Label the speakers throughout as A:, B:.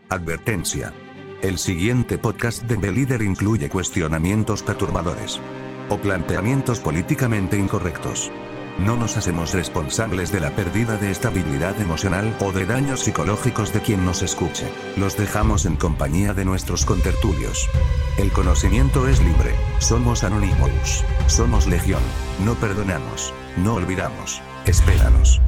A: Advertencia. El siguiente podcast de Belíder incluye cuestionamientos perturbadores o planteamientos políticamente incorrectos. No nos hacemos responsables de la pérdida de estabilidad emocional o de daños psicológicos de quien nos escuche. Los dejamos en compañía de nuestros contertulios. El conocimiento es libre. Somos Anonymous. Somos Legión. No perdonamos. No olvidamos. Espéranos.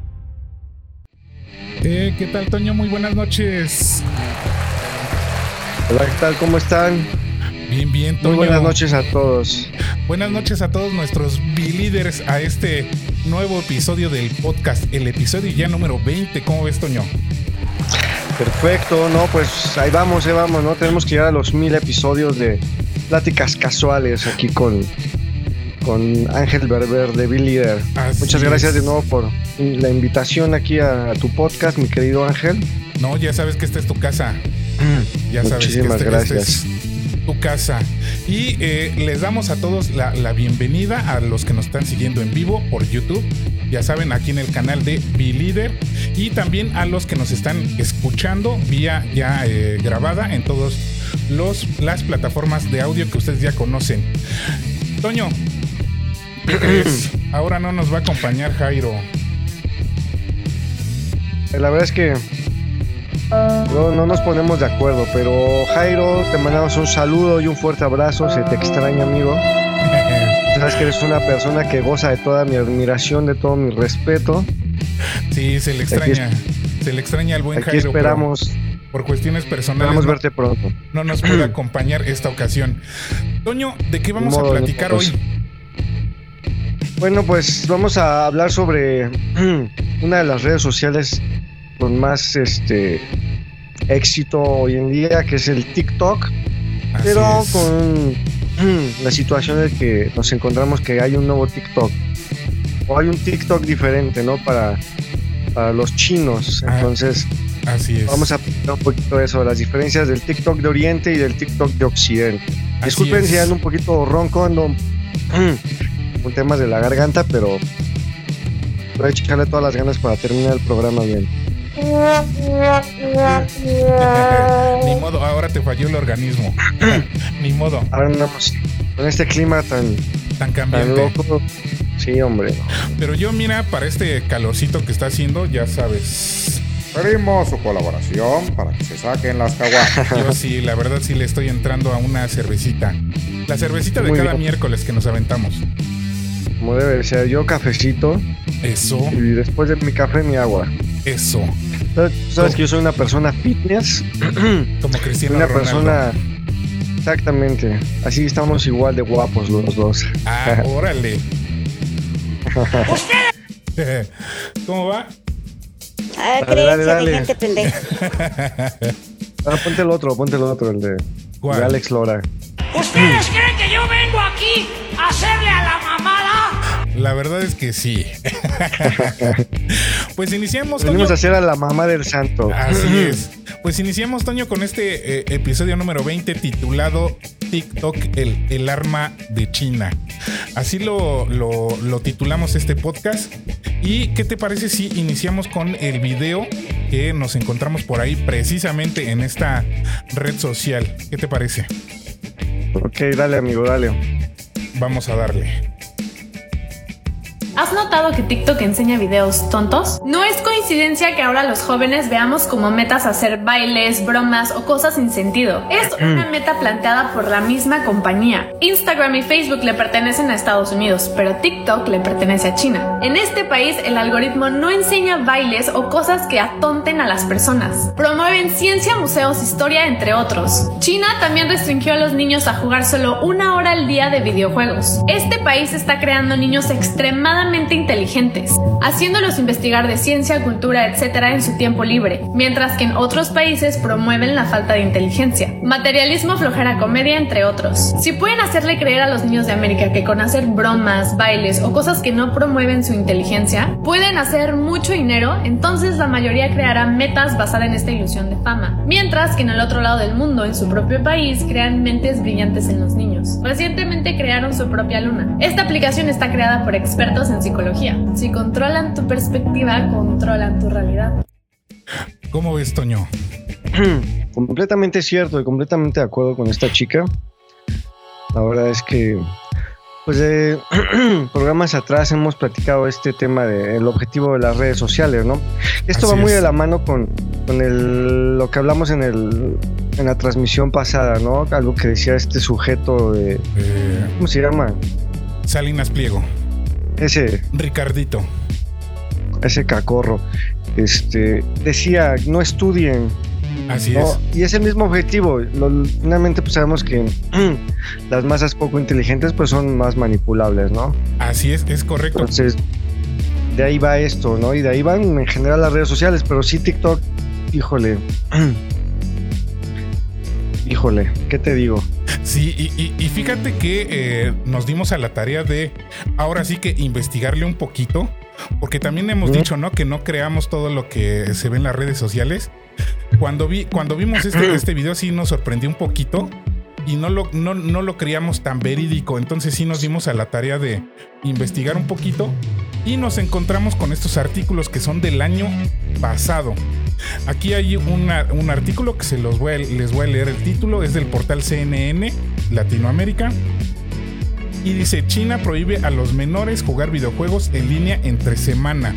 B: ¿Qué tal, Toño? Muy buenas noches.
C: Hola, ¿qué tal? ¿Cómo están?
B: Bien, bien, Toño.
C: Muy buenas noches a todos.
B: Buenas noches a todos nuestros Belíderes a este nuevo episodio del podcast, el episodio ya número 20. ¿Cómo ves, Toño?
C: Perfecto, no, pues ahí vamos, ¿no? Tenemos que llegar a los 1000 episodios de pláticas casuales aquí con Ángel Berber de Belíder. Muchas gracias de nuevo por la invitación aquí a tu podcast, mi querido Ángel.
B: No, ya sabes que esta es tu casa. Ya sabes
C: Muchísimas
B: que
C: gracias.
B: Esta es tu casa. Y les damos a todos la bienvenida a los que nos están siguiendo en vivo por YouTube. Ya saben, aquí en el canal de Belíder. Y también a los que nos están escuchando vía ya grabada en todas las plataformas de audio que ustedes ya conocen. Toño, ¿qué crees? Ahora no nos va a acompañar Jairo.
C: La verdad es que no nos ponemos de acuerdo, pero Jairo, te mandamos un saludo y un fuerte abrazo. Se te extraña, amigo. Sabes que eres una persona que goza de toda mi admiración, de todo mi respeto.
B: Sí, se le extraña. Se le extraña al buen
C: aquí
B: Jairo.
C: Esperamos.
B: Por cuestiones personales.
C: Esperamos verte pronto.
B: No nos puede acompañar esta ocasión. Toño, ¿de qué vamos a platicar hoy?
C: Bueno, pues vamos a hablar sobre una de las redes sociales con más éxito hoy en día, que es el TikTok.
B: Así
C: pero
B: es.
C: Con la situación de que nos encontramos que hay un nuevo TikTok, o hay un TikTok diferente, ¿no? Para los chinos. Entonces,
B: así es.
C: vamos a hablar un poquito de eso, las diferencias del TikTok de Oriente y del TikTok de Occidente. Disculpen si ando un poquito ronco, ando con temas de la garganta, pero voy a echarle todas las ganas para terminar el programa bien.
B: Ni modo, ahora te falló el organismo. Ni modo.
C: Ahora andamos con este clima tan
B: cambiante.
C: Loco. Sí, hombre.
B: Pero yo, mira, para este calorcito que está haciendo, ya sabes.
D: Pedimos su colaboración para que se saquen las caguamas.
B: Yo sí, la verdad sí le estoy entrando a una cervecita. La cervecita de cada miércoles que nos aventamos.
C: Como debe ser, yo cafecito.
B: Eso.
C: Y después de mi café, mi agua.
B: Eso.
C: ¿Sabes que yo soy una persona fitness?
B: Como Cristiano
C: una
B: Ronaldo.
C: Persona. Exactamente. Así estamos igual de guapos los dos.
B: Ah, órale. ¿Cómo va?
E: Dale. De gente pendeja.
C: Ponte el otro, el de Alex Lora.
F: ¿Ustedes creen que yo vengo aquí a hacerle a la mamada?
B: La verdad es que sí. Pues iniciamos, Toño.
C: Venimos a hacer a la mamá del santo.
B: Así es. Pues iniciamos, Toño, con este episodio número 20 titulado TikTok, el arma de China. Así lo titulamos este podcast. ¿Y qué te parece si iniciamos con el video que nos encontramos por ahí precisamente en esta red social? ¿Qué te parece?
C: Ok, dale, amigo, dale.
B: Vamos a darle.
G: ¿Has notado que TikTok enseña videos tontos? No es coincidencia que ahora los jóvenes veamos como metas hacer bailes, bromas o cosas sin sentido. Es una meta planteada por la misma compañía. Instagram y Facebook le pertenecen a Estados Unidos, pero TikTok le pertenece a China. En este país, el algoritmo no enseña bailes o cosas que atonten a las personas. Promueven ciencia, museos, historia, entre otros. China también restringió a los niños a jugar solo 1 hora al día de videojuegos. Este país está creando niños extremadamente inteligentes, haciéndolos investigar de ciencia, cultura, etcétera en su tiempo libre, mientras que en otros países promueven la falta de inteligencia, materialismo, flojera, comedia, entre otros. Si pueden hacerle creer a los niños de América que con hacer bromas, bailes o cosas que no promueven su inteligencia pueden hacer mucho dinero, entonces la mayoría creará metas basadas en esta ilusión de fama, mientras que en el otro lado del mundo, en su propio país, crean mentes brillantes en los niños. Recientemente crearon su propia luna. Esta aplicación está creada por expertos en psicología. Si controlan tu perspectiva, controlan tu realidad.
B: ¿Cómo ves, Toño?
C: Completamente cierto y completamente de acuerdo con esta chica. La verdad es que pues de programas atrás hemos platicado este tema del objetivo de las redes sociales, ¿no? Esto
B: Así
C: va muy
B: es.
C: de la mano con lo que hablamos en la transmisión pasada, ¿no? Algo que decía este sujeto de... ¿Cómo se llama?
B: Salinas Pliego.
C: Ese cacorro. Decía, no estudien.
B: Así
C: ¿no?
B: es.
C: Y es el mismo objetivo. Finalmente pues sabemos que las masas poco inteligentes pues son más manipulables, ¿no?
B: Así es correcto.
C: Entonces, de ahí va esto, ¿no? Y de ahí van en general las redes sociales, pero sí TikTok, híjole, ¿qué te digo?
B: Sí, y fíjate que nos dimos a la tarea de ahora sí que investigarle un poquito, porque también hemos dicho, ¿no? Que no creamos todo lo que se ve en las redes sociales. Cuando vimos este video sí nos sorprendió un poquito y no lo creíamos tan verídico. Entonces sí nos dimos a la tarea de investigar un poquito y nos encontramos con estos artículos que son del año pasado. Aquí hay un artículo que les voy a leer el título. Es del portal CNN Latinoamérica y dice: China prohíbe a los menores jugar videojuegos en línea entre semana.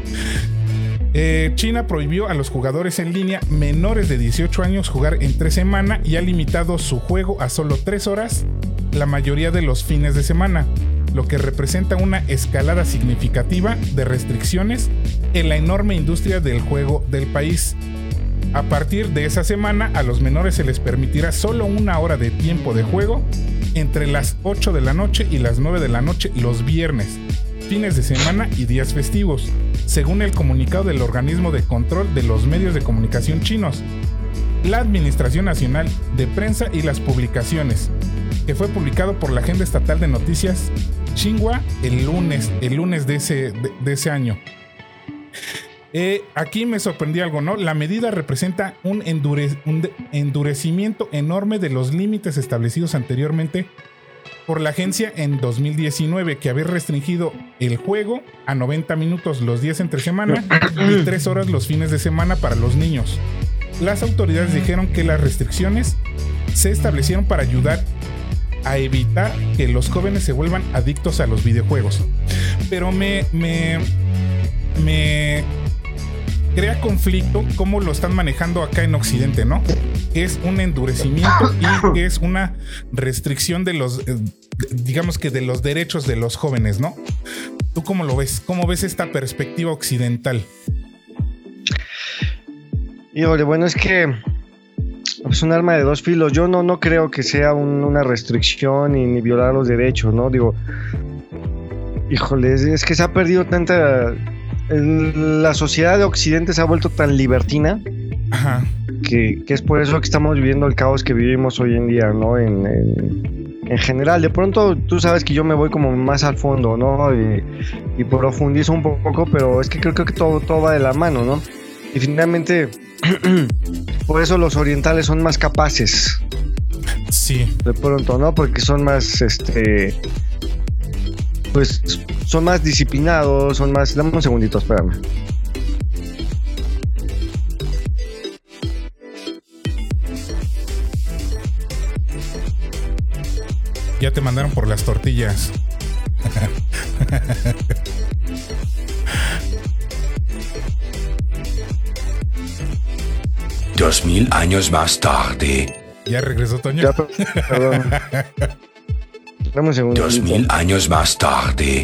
B: China prohibió a los jugadores en línea menores de 18 años jugar entre semana y ha limitado su juego a solo 3 horas la mayoría de los fines de semana, lo que representa una escalada significativa de restricciones en la enorme industria del juego del país. A partir de esa semana, a los menores se les permitirá solo 1 hora de tiempo de juego entre las 8 de la noche y las 9 de la noche los viernes, fines de semana y días festivos, según el comunicado del organismo de control de los medios de comunicación chinos, la Administración Nacional de Prensa y las Publicaciones, que fue publicado por la Agenda Estatal de Noticias Xinhua el lunes de ese año. Aquí me sorprendió algo, ¿no? La medida representa un endurecimiento enorme de los límites establecidos anteriormente por la agencia en 2019, que había restringido el juego a 90 minutos los días entre semana y 3 horas los fines de semana para los niños. Las autoridades dijeron que las restricciones se establecieron para ayudar a evitar que los jóvenes se vuelvan adictos a los videojuegos. Pero me crea conflicto cómo lo están manejando acá en Occidente, ¿no? Que es un endurecimiento y que es una restricción de los, digamos que de los derechos de los jóvenes, ¿no? ¿Tú cómo lo ves? ¿Cómo ves esta perspectiva occidental?
C: Híjole, bueno, es que es un arma de dos filos. Yo no creo que sea una restricción ni violar los derechos, ¿no? Digo, híjole, es que se ha perdido tanta... La sociedad de Occidente se ha vuelto tan libertina.
B: Ajá.
C: Que es por eso que estamos viviendo el caos que vivimos hoy en día, ¿no? En general, de pronto tú sabes que yo me voy como más al fondo, ¿no? Y profundizo un poco, pero es que creo que todo va de la mano, ¿no? Y finalmente, por eso los orientales son más capaces.
B: Sí.
C: De pronto, ¿no? Porque son más, pues son más disciplinados, son más... Dame un segundito, espérame.
B: Ya te mandaron por las tortillas.
H: Dos 2000 años más tarde.
B: Ya regresó Toño.
C: Ya, perdón. Dame un segundo.
H: 2000 años más tarde.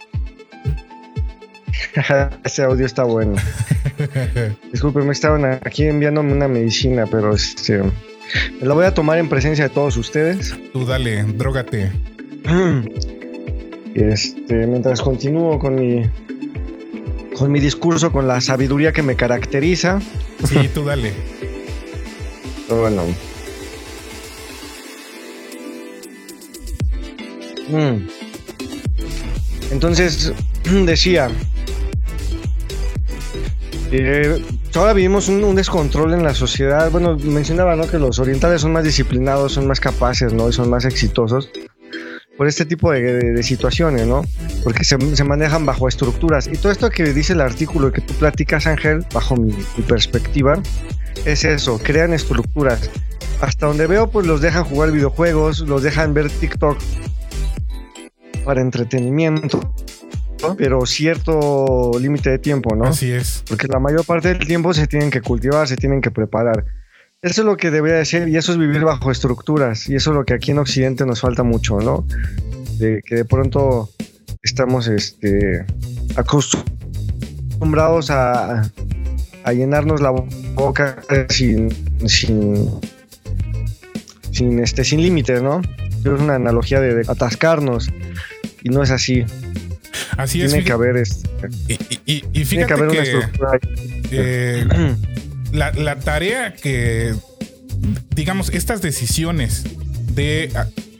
C: Ese audio está bueno. Disculpen, me estaban aquí enviándome una medicina, pero me la voy a tomar en presencia de todos ustedes.
B: Tú dale, drógate.
C: Mientras continúo con mi discurso, con la sabiduría que me caracteriza.
B: Sí, tú dale.
C: Pero bueno. Entonces, decía, ahora vivimos un descontrol en la sociedad. Bueno, mencionaba, ¿no?, que los orientales son más disciplinados, son más capaces, ¿no?, y son más exitosos. por este tipo de situaciones, ¿no? Porque se manejan bajo estructuras. Y todo esto que dice el artículo que tú platicas, Ángel, bajo mi perspectiva, es eso, crean estructuras. Hasta donde veo, pues los dejan jugar videojuegos, los dejan ver TikTok para entretenimiento, ¿no? Pero cierto límite de tiempo, ¿no?
B: Así es.
C: Porque la mayor parte del tiempo se tienen que cultivar, se tienen que preparar. Eso es lo que debería de ser, y eso es vivir bajo estructuras, y eso es lo que aquí en Occidente nos falta mucho, ¿no? De que de pronto estamos acostumbrados a llenarnos la boca sin límites, ¿no? Es una analogía de atascarnos, y no es así.
B: Así es.
C: Tiene que haber
B: y fíjate
C: tiene que haber una estructura.
B: La tarea que, digamos, estas decisiones de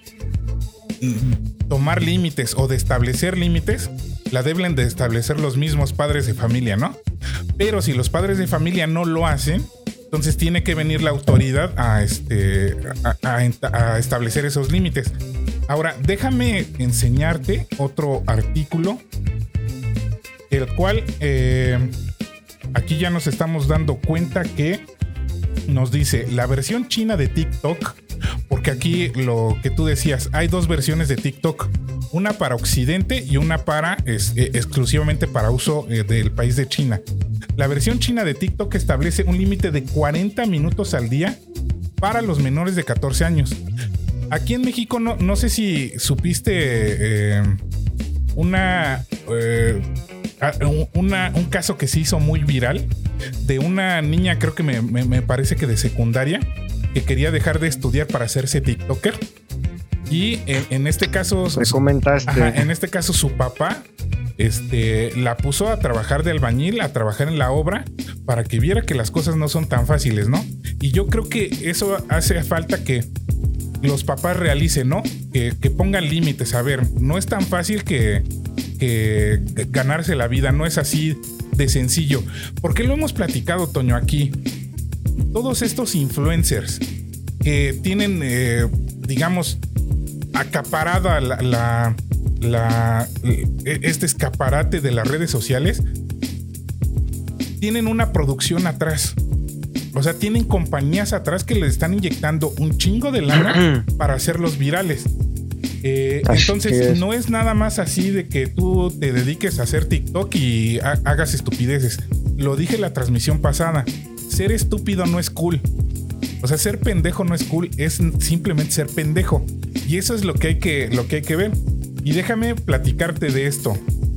B: tomar límites o de establecer límites, la deben de establecer los mismos padres de familia, ¿no? Pero si los padres de familia no lo hacen, entonces tiene que venir la autoridad a establecer esos límites. Ahora, déjame enseñarte otro artículo, el cual aquí ya nos estamos dando cuenta que nos dice la versión china de TikTok, porque aquí lo que tú decías, hay dos versiones de TikTok, una para Occidente y una para exclusivamente para uso del país de China. La versión china de TikTok establece un límite de 40 minutos al día para los menores de 14 años. Aquí en México no sé si supiste un caso que se hizo muy viral de una niña, creo que me parece que de secundaria, que quería dejar de estudiar para hacerse TikToker. Y en este caso,
C: me comentaste.
B: En este caso su papá la puso a trabajar de albañil, a trabajar en la obra, para que viera que las cosas no son tan fáciles, ¿no? Y yo creo que eso hace falta que los papás realicen, ¿no? Que pongan límites. A ver, no es tan fácil que ganarse la vida, no es así de sencillo. Porque lo hemos platicado, Toño, aquí. Todos estos influencers que tienen, digamos, acaparada este escaparate de las redes sociales, tienen una producción atrás. O sea, tienen compañías atrás que les están inyectando un chingo de lana para hacerlos virales. Entonces no es nada más así de que tú te dediques a hacer TikTok y hagas estupideces. Lo dije en la transmisión pasada. Ser estúpido no es cool. O sea, ser pendejo no es cool, es simplemente ser pendejo. Y eso es lo que hay que ver. Y déjame platicarte de esto.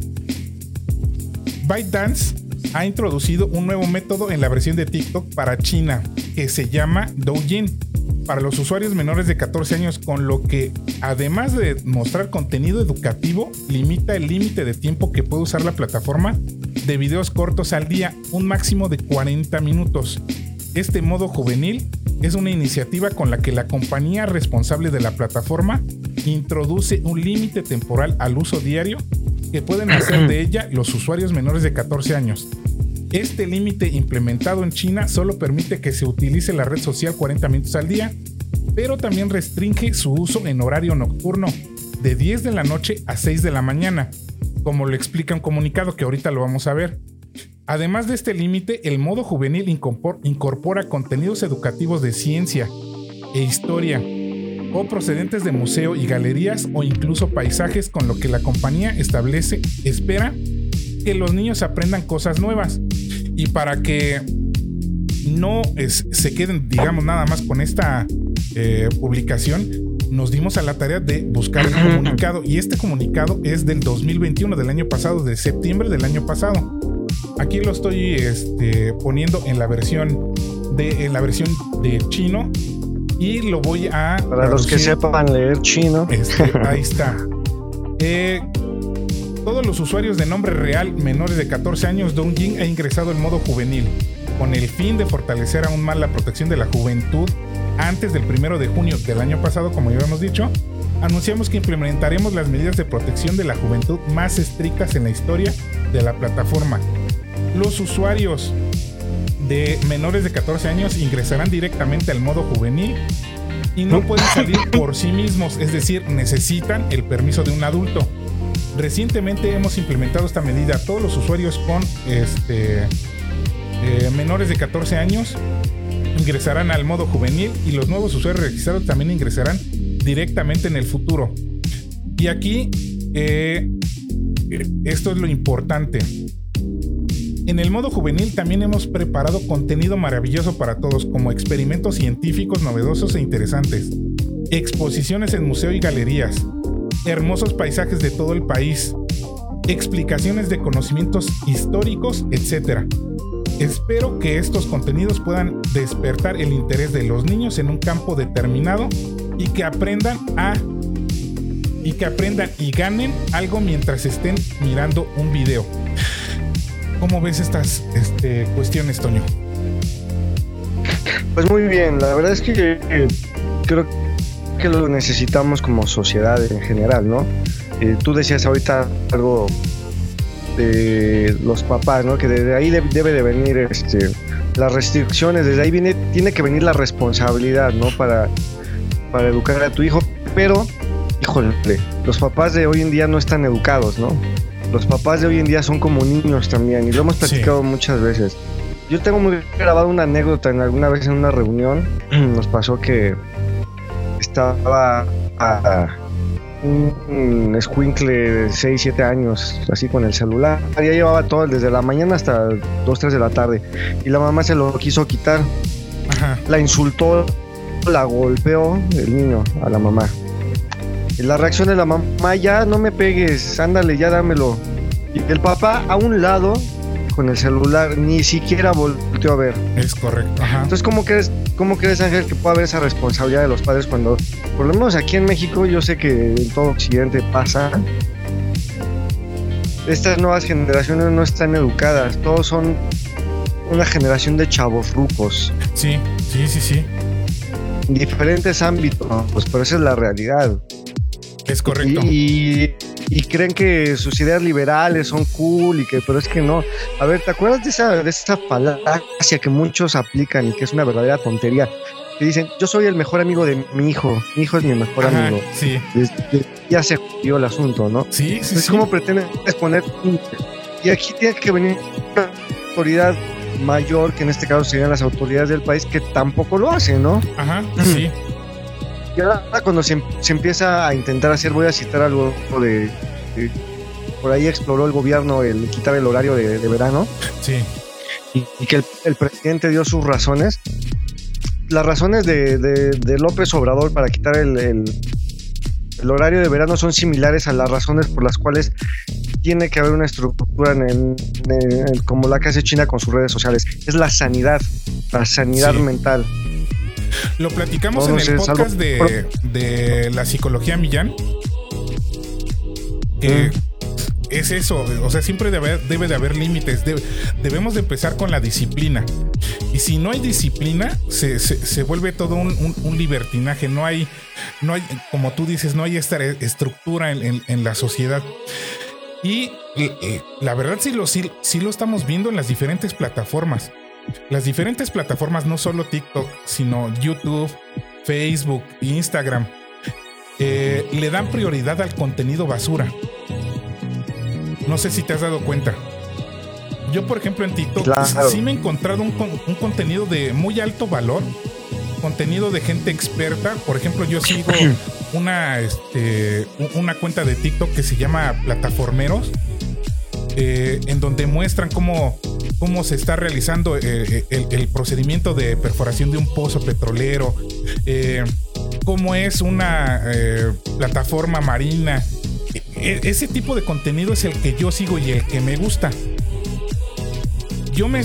B: ByteDance ha introducido un nuevo método en la versión de TikTok para China que se llama Douyin para los usuarios menores de 14 años, con lo que, además de mostrar contenido educativo, limita el límite de tiempo que puede usar la plataforma de videos cortos al día, un máximo de 40 minutos. Este modo juvenil es una iniciativa con la que la compañía responsable de la plataforma introduce un límite temporal al uso diario que pueden hacer de ella los usuarios menores de 14 años. Este límite implementado en China solo permite que se utilice la red social 40 minutos al día, pero también restringe su uso en horario nocturno, de 10 de la noche a 6 de la mañana, como lo explica un comunicado que ahorita lo vamos a ver. Además de este límite, el modo juvenil incorpora contenidos educativos de ciencia e historia, o procedentes de museo y galerías, o incluso paisajes, con lo que la compañía espera que los niños aprendan cosas nuevas. Y para que no se queden, digamos, nada más con esta publicación, nos dimos a la tarea de buscar el comunicado, y este comunicado es del 2021, del año pasado, de septiembre del año pasado. Aquí lo estoy poniendo en la versión de chino, y lo voy a
C: para traducir. Los que sepan leer chino.
B: Ahí está. Todos los usuarios de nombre real menores de 14 años, Douyin ha ingresado el modo juvenil con el fin de fortalecer aún más la protección de la juventud. Antes del 1 de junio del año pasado, como ya habíamos dicho, anunciamos que implementaremos las medidas de protección de la juventud más estrictas en la historia de la plataforma. Los usuarios de menores de 14 años ingresarán directamente al modo juvenil y no pueden salir por sí mismos, es decir, necesitan el permiso de un adulto. Recientemente hemos implementado esta medida. Todos los usuarios con menores de 14 años ingresarán al modo juvenil y los nuevos usuarios registrados también ingresarán directamente en el futuro. Y aquí esto es lo importante. En el modo juvenil también hemos preparado contenido maravilloso para todos, como experimentos científicos novedosos e interesantes, exposiciones en museo y galerías, hermosos paisajes de todo el país, explicaciones de conocimientos históricos, etc. Espero que estos contenidos puedan despertar el interés de los niños en un campo determinado y que aprendan y ganen algo mientras estén mirando un video. ¿Cómo ves estas cuestiones, Toño?
C: Pues muy bien, la verdad es que creo que lo necesitamos como sociedad en general, ¿no? Tú decías ahorita algo de los papás, ¿no? Que desde ahí debe de venir las restricciones, desde ahí tiene que venir la responsabilidad, ¿no? Para educar a tu hijo, pero, híjole, los papás de hoy en día no están educados, ¿no? Los papás de hoy en día son como niños también, y lo hemos platicado muchas veces. Yo tengo muy grabado una anécdota alguna vez en una reunión. Nos pasó que estaba un escuincle de 6, 7 años, así con el celular. Ya llevaba todo, desde la mañana hasta 2, 3 de la tarde. Y la mamá se lo quiso quitar. Ajá. La insultó, la golpeó el niño a la mamá. Y la reacción de la mamá: ya no me pegues, ándale, ya dámelo. Y el papá a un lado con el celular, ni siquiera volteó a ver.
B: Es correcto. Ajá.
C: Entonces, ¿cómo crees, Ángel, que puede haber esa responsabilidad de los padres cuando, por lo menos aquí en México, yo sé que en todo Occidente pasa? Estas nuevas generaciones no están educadas, todos son una generación de chavorrucos.
B: Sí.
C: En diferentes ámbitos, pues, pero esa es la realidad.
B: Es correcto.
C: Y creen que sus ideas liberales son cool, pero es que no. A ver, ¿te acuerdas de esa falacia que muchos aplican y que es una verdadera tontería? Que dicen: yo soy el mejor amigo de mi hijo es mi mejor amigo.
B: Sí.
C: Ya se jodió el asunto, ¿no?
B: Sí.
C: Entonces, ¿cómo pretendes poner? Y aquí tiene que venir una autoridad mayor, que en este caso serían las autoridades del país, que tampoco lo hacen, ¿no?
B: Ajá, sí.
C: Y ahora cuando se empieza a intentar hacer, voy a citar algo de por ahí exploró el gobierno el quitar el horario de verano.
B: Sí.
C: Y que el presidente dio sus razones. Las razones de López Obrador para quitar el horario de verano son similares a las razones por las cuales tiene que haber una estructura como la que hace China con sus redes sociales. Es la sanidad mental.
B: Lo platicamos en el podcast de la psicología Millán. Es eso, o sea, siempre debe de haber límites. Debemos de empezar con la disciplina. Y si no hay disciplina, se vuelve todo un libertinaje. No hay, como tú dices, no hay esta estructura en la sociedad. Y la verdad sí lo estamos viendo en las diferentes plataformas. Las diferentes plataformas, no solo TikTok, sino YouTube, Facebook, Instagram, le dan prioridad al contenido basura. No sé si te has dado cuenta. Yo, por ejemplo, en TikTok sí me he encontrado un contenido de muy alto valor, contenido de gente experta. Por ejemplo, yo sigo una cuenta de TikTok que se llama Plataformeros, en donde muestran cómo se está realizando el procedimiento de perforación de un pozo petrolero, cómo es una plataforma marina. Ese tipo de contenido es el que yo sigo y el que me gusta. Yo me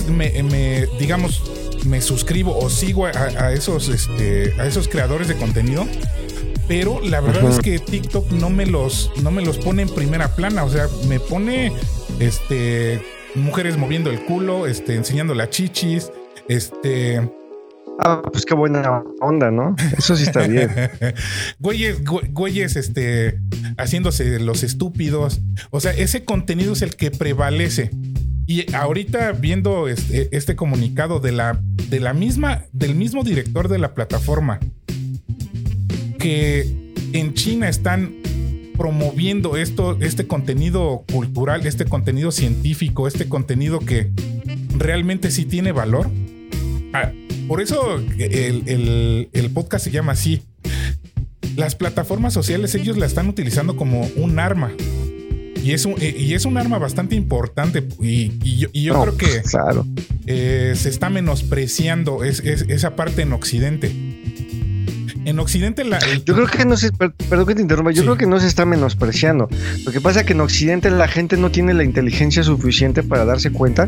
B: suscribo o sigo a esos creadores de contenido, pero la verdad es que TikTok no me los pone en primera plana. O sea, me pone mujeres moviendo el culo, enseñando las chichis,
C: pues qué buena onda, ¿no? Eso sí está bien.
B: güeyes, haciéndose los estúpidos. O sea, ese contenido es el que prevalece. Y ahorita viendo este comunicado del mismo director de la plataforma, que en China están promoviendo este contenido cultural, este contenido científico, este contenido que realmente sí tiene valor. Por eso el podcast se llama así. Las plataformas sociales ellos la están utilizando como un arma. Y es un arma bastante importante. Y yo creo que
C: claro.
B: Se está menospreciando esa parte en Occidente. En Occidente
C: yo creo que no se... Perdón que te interrumpa. Yo creo que no se está menospreciando. Lo que pasa es que en Occidente la gente no tiene la inteligencia suficiente para darse cuenta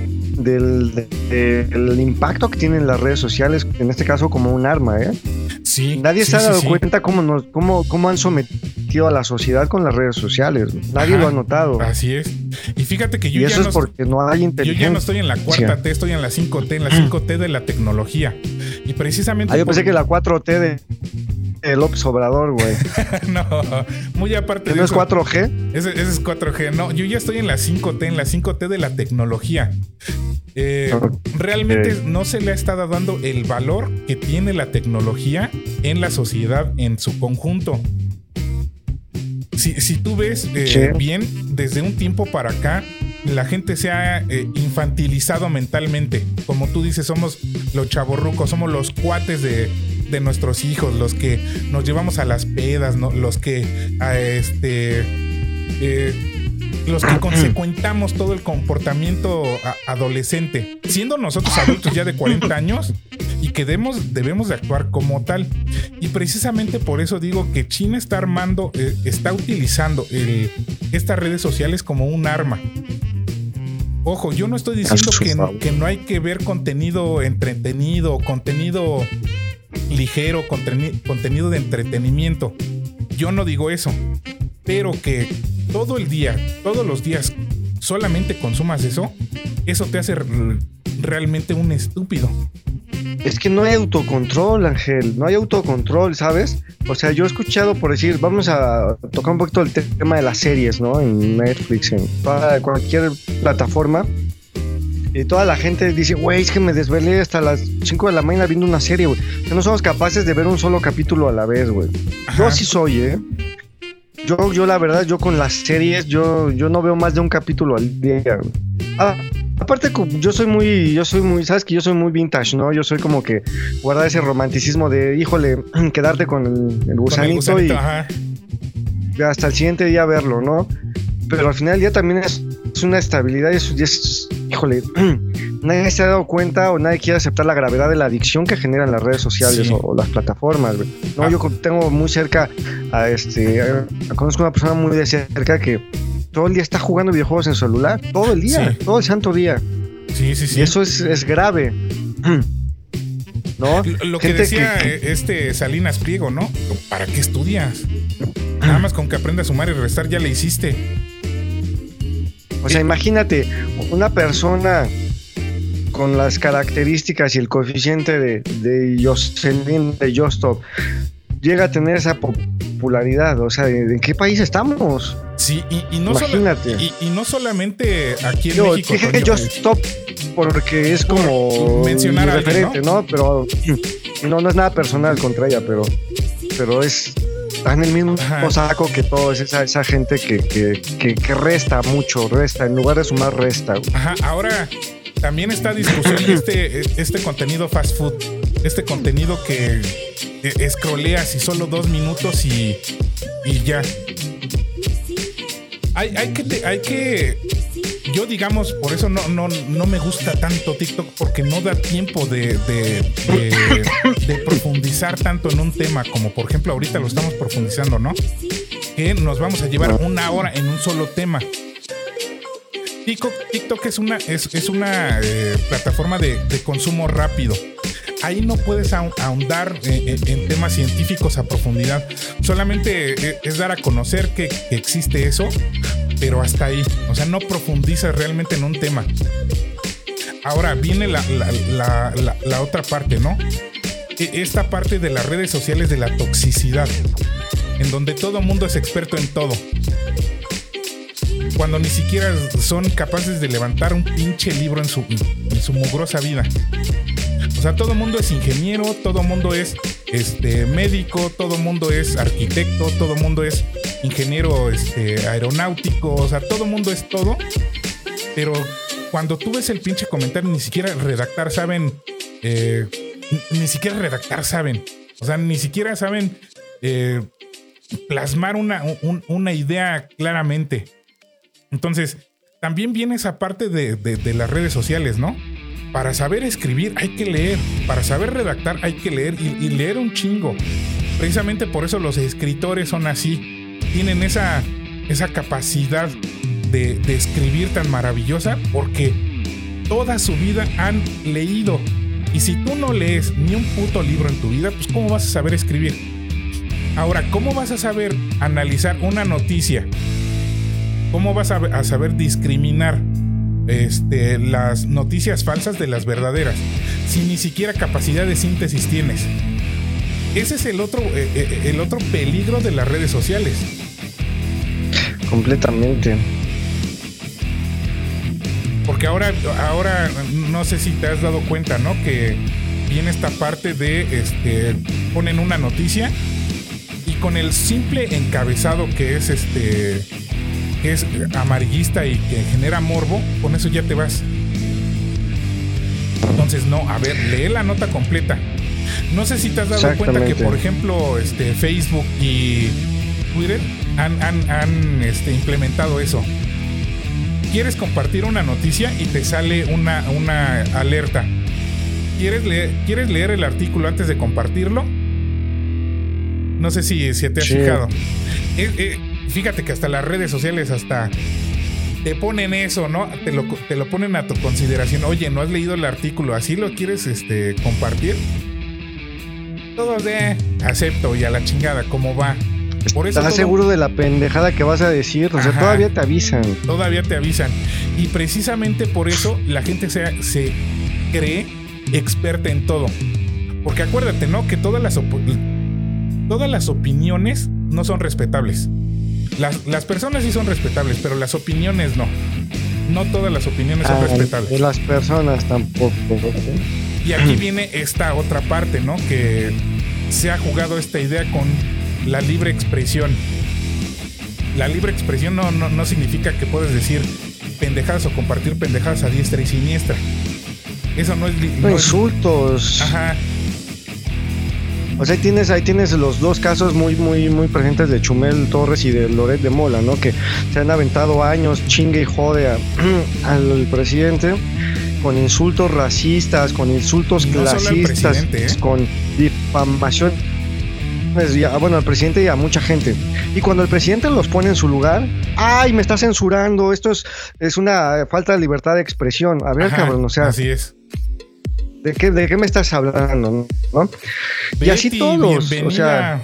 C: del impacto que tienen las redes sociales, en este caso como un arma, ¿eh?
B: Sí.
C: Nadie se ha dado cuenta cómo han sometido a la sociedad con las redes sociales. Nadie lo ha notado.
B: Así es. Y fíjate que yo
C: es porque no hay inteligencia.
B: Yo ya no estoy en la cuarta T, estoy en la 5T, en la 5T de la tecnología. Y precisamente...
C: yo pensé que la 4T de López Obrador, güey.
B: No, muy aparte de
C: ¿No
B: eso.
C: es 4G?
B: Ese es 4G. No, yo ya estoy en la 5T, en la 5T de la tecnología. Realmente no se le ha estado dando el valor que tiene la tecnología en la sociedad en su conjunto. Si tú ves bien, desde un tiempo para acá, la gente se ha infantilizado mentalmente. Como tú dices, somos los chavorrucos, somos los cuates de nuestros hijos, los que nos llevamos a las pedas, ¿no? Los que consecuentamos todo el comportamiento adolescente, siendo nosotros adultos ya de 40 años y que debemos de actuar como tal. Y precisamente por eso digo que China está utilizando estas redes sociales como un arma. Ojo, yo no estoy diciendo que no hay que ver contenido entretenido, contenido ligero, contenido de entretenimiento. Yo no digo eso, pero que todo el día, todos los días solamente consumas eso te hace realmente un estúpido.
C: Es que no hay autocontrol, Ángel, no hay autocontrol, ¿sabes? O sea, yo he escuchado por decir, vamos a tocar un poquito el tema de las series, ¿no? En Netflix, en cualquier plataforma. Y toda la gente dice, güey, es que me desvelé hasta las 5 de la mañana viendo una serie, güey. Que no somos capaces de ver un solo capítulo a la vez, güey. Yo así soy, ¿eh? Yo la verdad, yo con las series, yo no veo más de un capítulo al día, güey. Aparte, yo soy muy, sabes que yo soy muy vintage, ¿no? Yo soy como que guardar ese romanticismo de, híjole, quedarte con el gusanito y hasta el siguiente día verlo, ¿no? Pero al final del día también es una estabilidad y es híjole, nadie se ha dado cuenta o nadie quiere aceptar la gravedad de la adicción que generan las redes sociales o las plataformas, güey. No, yo tengo muy cerca conozco una persona muy de cerca que todo el día está jugando videojuegos en celular, todo el día, todo el santo día. Sí. Y eso es grave. ¿No?
B: Lo que decía Salinas Pliego, ¿no? ¿Para qué estudias? Nada más con que aprendas a sumar y restar ya le hiciste.
C: O sea, imagínate, una persona con las características y el coeficiente de Jocelyn de Jostop llega a tener esa popularidad. O sea, ¿en qué país estamos?
B: Sí, y no solamente aquí en México.
C: Dije Jostop porque es como
B: mencionar
C: referente, ¿no? Pero no es nada personal contra ella, pero está en el mismo saco que todos, esa gente que resta mucho, en lugar de sumar, resta.
B: Ajá, ahora también está discusión este contenido fast food, este contenido que scrolleas y solo 2 minutos y ya. Hay que yo, digamos, por eso no me gusta tanto TikTok, porque no da tiempo de profundizar tanto en un tema como, por ejemplo, ahorita lo estamos profundizando, ¿no? Que nos vamos a llevar 1 hora en un solo tema. TikTok es una plataforma de consumo rápido. Ahí no puedes ahondar en temas científicos a profundidad. Solamente es dar a conocer que existe eso, pero hasta ahí. O sea, no profundizas realmente en un tema. Ahora viene la otra parte, ¿no? Esta parte de las redes sociales de la toxicidad, en donde todo mundo es experto en todo, cuando ni siquiera son capaces de levantar un pinche libro en su mugrosa vida. O sea, todo mundo es ingeniero, todo mundo es médico, todo mundo es arquitecto, todo mundo es ingeniero aeronáutico, o sea, todo mundo es todo. Pero cuando tú ves el pinche comentario, ni siquiera redactar saben. O sea, ni siquiera saben plasmar una idea claramente. Entonces, también viene esa parte de las redes sociales, ¿no? Para saber escribir hay que leer, para saber redactar hay que leer y leer un chingo. Precisamente por eso los escritores son así, tienen esa capacidad de escribir tan maravillosa porque toda su vida han leído. Y si tú no lees ni un puto libro en tu vida, pues ¿cómo vas a saber escribir? Ahora, ¿cómo vas a saber analizar una noticia? ¿Cómo vas a saber discriminar las noticias falsas de las verdaderas si ni siquiera capacidad de síntesis tienes? Ese es el otro peligro de las redes sociales.
C: Completamente.
B: Porque ahora no sé si te has dado cuenta, ¿no? Que viene esta parte de ponen una noticia y con el simple encabezado que es amarillista y que genera morbo, con eso ya te vas. Entonces, no, a ver, lee la nota completa. No sé si te has dado cuenta que, por ejemplo, Facebook y Twitter han implementado eso. Quieres compartir una noticia y te sale una alerta. ¿Quieres leer el artículo antes de compartirlo? No sé si te has fijado. Fíjate que hasta las redes sociales hasta te ponen eso, ¿no? Te lo ponen a tu consideración. Oye, ¿no has leído el artículo? ¿Así lo quieres compartir? Todos acepto y a la chingada, ¿cómo va? Por eso
C: ¿estás seguro de la pendejada que vas a decir? O sea, todavía te avisan.
B: Todavía te avisan. Y precisamente por eso la gente se cree experta en todo. Porque acuérdate, ¿no? Que todas las opiniones no son respetables. Las personas sí son respetables, pero las opiniones no. No todas las opiniones son respetables.
C: Y las personas tampoco.
B: Y aquí viene esta otra parte, ¿no? Que se ha jugado esta idea con la libre expresión. La libre expresión no significa que puedes decir pendejadas o compartir pendejadas a diestra y siniestra. Eso no es...
C: No insultos.
B: Ajá.
C: O sea, ahí tienes los dos casos muy, muy, muy presentes de Chumel Torres y de Loret de Mola, ¿no? Que se han aventado años, chingue y jode al presidente con insultos racistas, con insultos clasistas, con difamación. Bueno, al presidente y a mucha gente. Y cuando el presidente los pone en su lugar, ¡ay, me está censurando! Esto es una falta de libertad de expresión. A ver, ajá, cabrón, o sea...
B: Así es.
C: ¿De qué me estás hablando? ¿No? Betty, y así todos, bienvenida. O sea...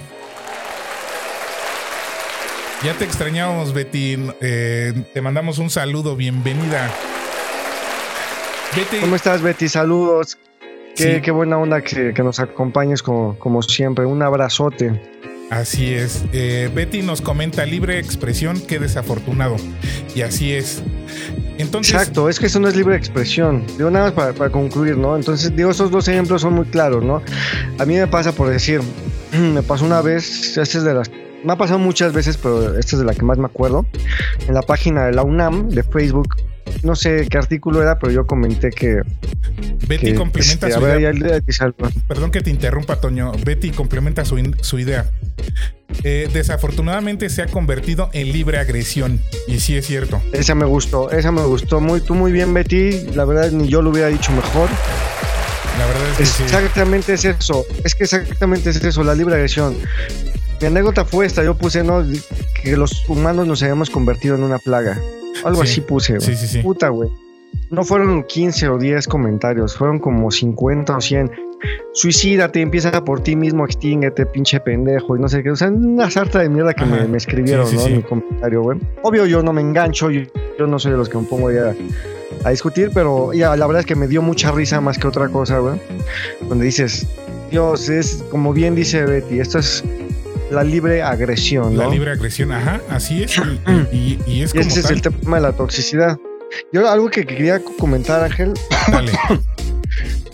B: Ya te extrañamos, Betty. Te mandamos un saludo, bienvenida.
C: Betty. ¿Cómo estás, Betty? Saludos. Qué buena onda que nos acompañes como siempre. Un abrazote.
B: Así es. Betty nos comenta: libre expresión, qué desafortunado. Y así es. Entonces,
C: exacto, es que eso no es libre expresión. Digo, nada más para concluir, ¿no? Entonces, digo, esos dos ejemplos son muy claros, ¿no? A mí me pasa, por decir, me pasó una vez, me ha pasado muchas veces, pero esta es de la que más me acuerdo. En la página de la UNAM, de Facebook, no sé qué artículo era, pero yo comenté que...
B: Betty complementa su idea. Perdón que te interrumpa, Toño. Betty complementa su idea. Desafortunadamente se ha convertido en libre agresión. Y sí es cierto.
C: Esa me gustó. Muy bien, Betty. La verdad, ni yo lo hubiera dicho mejor.
B: La verdad es que
C: exactamente es eso. Es que exactamente es eso, la libre agresión. Mi anécdota fue esta. Yo puse, ¿no?, que los humanos nos habíamos convertido en una plaga. Algo así puse.
B: Sí.
C: Puta, güey. No fueron 15 o 10 comentarios, fueron como 50 o 100. Suicídate, empieza por ti mismo, extínguete, pinche pendejo, y no sé qué. O sea, una sarta de mierda que me escribieron, ¿no? En mi comentario, güey. Obvio, yo no me engancho, yo no soy de los que me pongo ya a discutir, pero ya, la verdad es que me dio mucha risa más que otra cosa, güey. Donde dices, Dios, es como bien dice Betty, esto es la libre agresión, ¿no?
B: La libre agresión, ajá, así es. Y es como
C: ese es el tema de la toxicidad. Yo algo que quería comentar, Ángel.
B: Dale.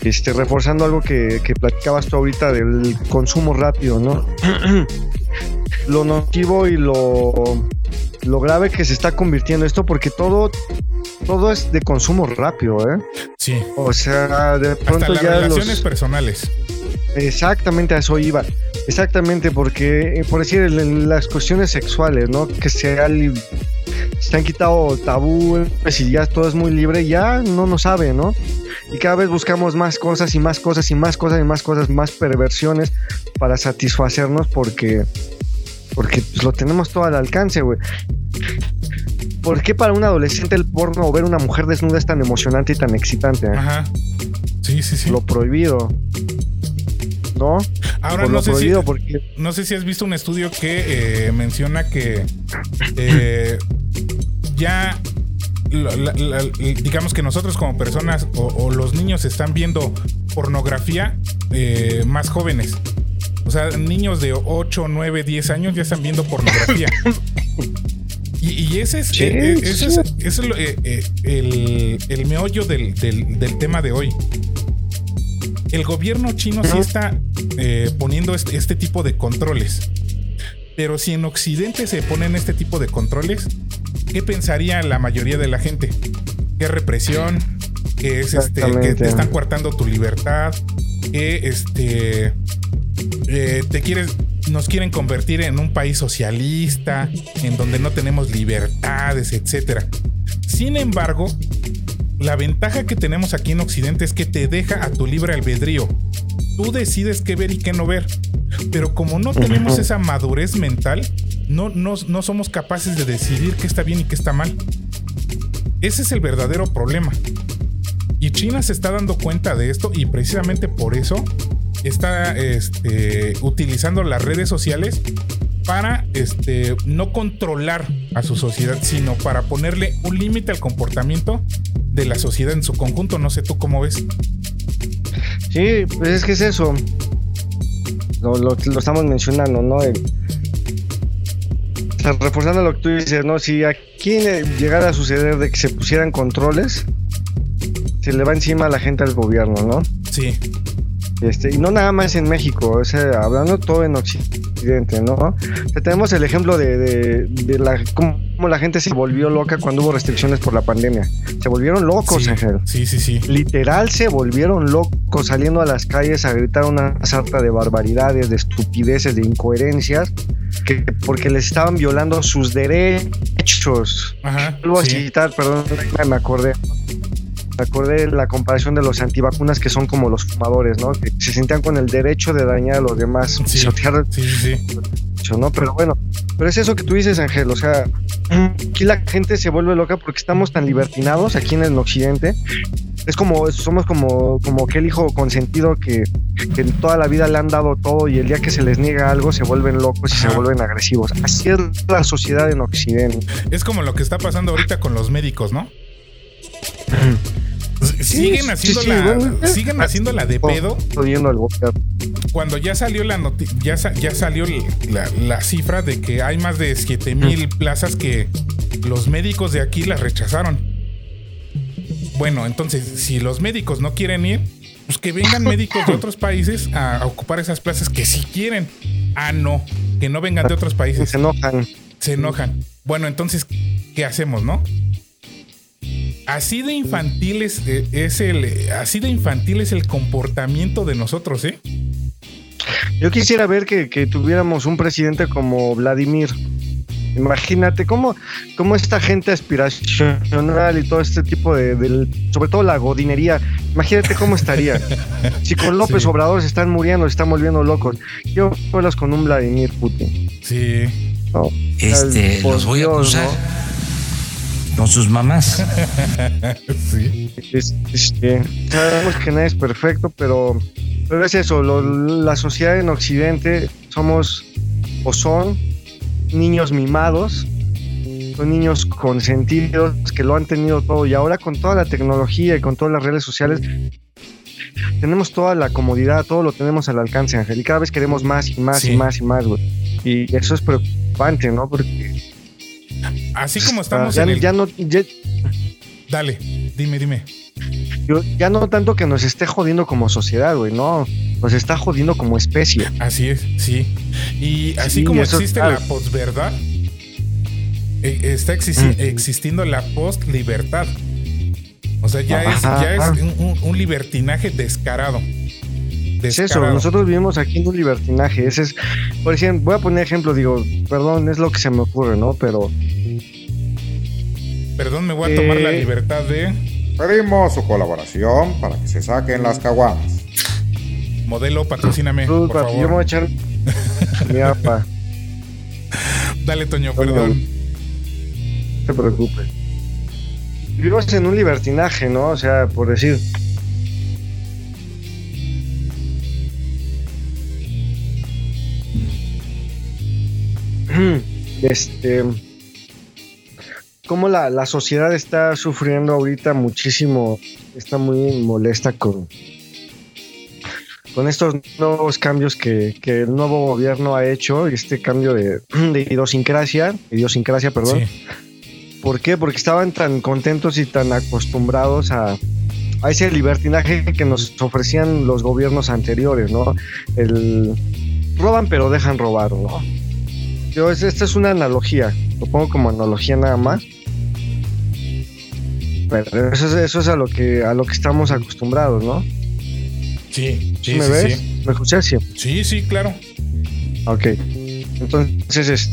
C: reforzando algo que platicabas tú ahorita del consumo rápido, ¿no? Lo nocivo y lo grave que se está convirtiendo esto, porque todo es de consumo rápido, ¿eh?
B: Sí.
C: O sea, de pronto
B: hasta las
C: ya
B: relaciones personales.
C: Exactamente, a eso iba. Exactamente, porque, por decir, las cuestiones sexuales, ¿no? Que se han quitado tabú, pues, y ya todo es muy libre, ya no nos sabe, ¿no? Y cada vez buscamos más cosas y más cosas y más cosas y más cosas, más perversiones para satisfacernos porque pues, lo tenemos todo al alcance, güey. ¿Por qué para un adolescente el porno o ver una mujer desnuda es tan emocionante y tan excitante?
B: Ajá. Sí.
C: Lo prohibido. ¿No?
B: Ahora no sé si has visto un estudio que menciona que ya digamos que nosotros como personas o los niños están viendo pornografía más jóvenes. O sea, niños de 8, 9, 10 años ya están viendo pornografía. Y ese es, el meollo del tema de hoy. El gobierno chino sí está poniendo este tipo de controles. Pero si en Occidente se ponen este tipo de controles, ¿qué pensaría la mayoría de la gente? ¿Qué represión? ¿Qué es que te están coartando tu libertad? ¿Qué nos quieren convertir en un país socialista, en donde no tenemos libertades, etcétera? Sin embargo, la ventaja que tenemos aquí en Occidente es que te deja a tu libre albedrío. Tú decides qué ver y qué no ver. Pero como no tenemos esa madurez mental, no somos capaces de decidir qué está bien y qué está mal. Ese es el verdadero problema. Y China se está dando cuenta de esto y precisamente por eso está utilizando las redes sociales para no controlar a su sociedad, sino para ponerle un límite al comportamiento de la sociedad en su conjunto. No sé tú cómo ves.
C: Sí, pues es que es eso. Lo estamos mencionando, ¿no? Reforzando lo que tú dices, ¿no? Si aquí llegara a suceder de que se pusieran controles, se le va encima a la gente al gobierno, ¿no?
B: Sí.
C: Y no nada más en México, o sea, hablando todo en Occidente, ¿no? O sea, tenemos el ejemplo de cómo la gente se volvió loca cuando hubo restricciones por la pandemia. Se volvieron locos,
B: sí,
C: Ángel.
B: Sí.
C: Literal se volvieron locos saliendo a las calles a gritar una sarta de barbaridades, de estupideces, de incoherencias, porque les estaban violando sus derechos.
B: Ajá.
C: Vuelvo a citar, perdón, me acordé de la comparación de los antivacunas, que son como los fumadores, ¿no? Que se sentían con el derecho de dañar a los demás.
B: Sí.
C: ¿No? Pero bueno, es eso que tú dices, Ángel. O sea, aquí la gente se vuelve loca porque estamos tan libertinados aquí en el occidente. Somos como aquel hijo consentido que toda la vida le han dado todo y el día que se les niega algo se vuelven locos y se vuelven agresivos. Así es la sociedad en Occidente.
B: Es como lo que está pasando ahorita con los médicos, ¿no? Siguen haciéndola de pedo. Cuando ya salió ya salió la cifra de que hay más de 7,000 plazas que los médicos de aquí las rechazaron. Bueno, entonces, si los médicos no quieren ir, pues que vengan médicos de otros países a ocupar esas plazas que sí quieren. No, que no vengan de otros países. Se enojan. Bueno, entonces, ¿qué hacemos, no? Así de infantil es el comportamiento de nosotros, ¿eh?
C: Yo quisiera ver que tuviéramos un presidente como Vladimir. Imagínate cómo esta gente aspiracional y todo este tipo sobre todo la godinería, imagínate cómo estaría. Si con López Obrador se están muriendo, se están volviendo locos. Yo hablas con un Vladimir Putin.
B: Sí.
C: No,
I: los voy a acusar, ¿no? Con sus mamás.
B: Sí.
C: Sabemos que nadie es perfecto, pero es eso. La sociedad en Occidente son niños mimados, son niños consentidos que lo han tenido todo, y ahora con toda la tecnología y con todas las redes sociales tenemos toda la comodidad, todo lo tenemos al alcance, Ángel, y cada vez queremos más y más y más y más, güey. Y eso es preocupante, ¿no? Porque
B: así como estamos Dale, dime.
C: ya no tanto que nos esté jodiendo como sociedad, güey, no, nos está jodiendo como especie.
B: Así es, sí. Y así
C: sí,
B: como existe la posverdad, está existiendo la post-libertad. O sea, ya es un libertinaje descarado.
C: Es eso, nosotros vivimos aquí en un libertinaje. Ese es, por ejemplo, voy a poner ejemplo, digo, perdón, es lo que se me ocurre, ¿no? Pero...
B: Perdón, me voy a tomar la libertad de...
D: Pedimos su colaboración para que se saquen las caguamas.
B: Modelo, patrocíname, por favor.
C: Yo me voy a echar mi apa.
B: Dale, Toño, perdón.
C: No te preocupes. Vivimos en un libertinaje, ¿no? O sea, por decir... Cómo la sociedad está sufriendo ahorita muchísimo, está muy molesta con estos nuevos cambios que el nuevo gobierno ha hecho, este cambio de idiosincrasia, perdón. Sí. ¿Por qué? Porque estaban tan contentos y tan acostumbrados a ese libertinaje que nos ofrecían los gobiernos anteriores, ¿no? Roban pero dejan robar, ¿no? Esta es una analogía, lo pongo como analogía nada más. Pero eso es a lo que estamos acostumbrados, ¿no?
B: Sí.
C: ¿Me ves? Sí. ¿Me escuchas?
B: Sí, claro.
C: Ok. Entonces,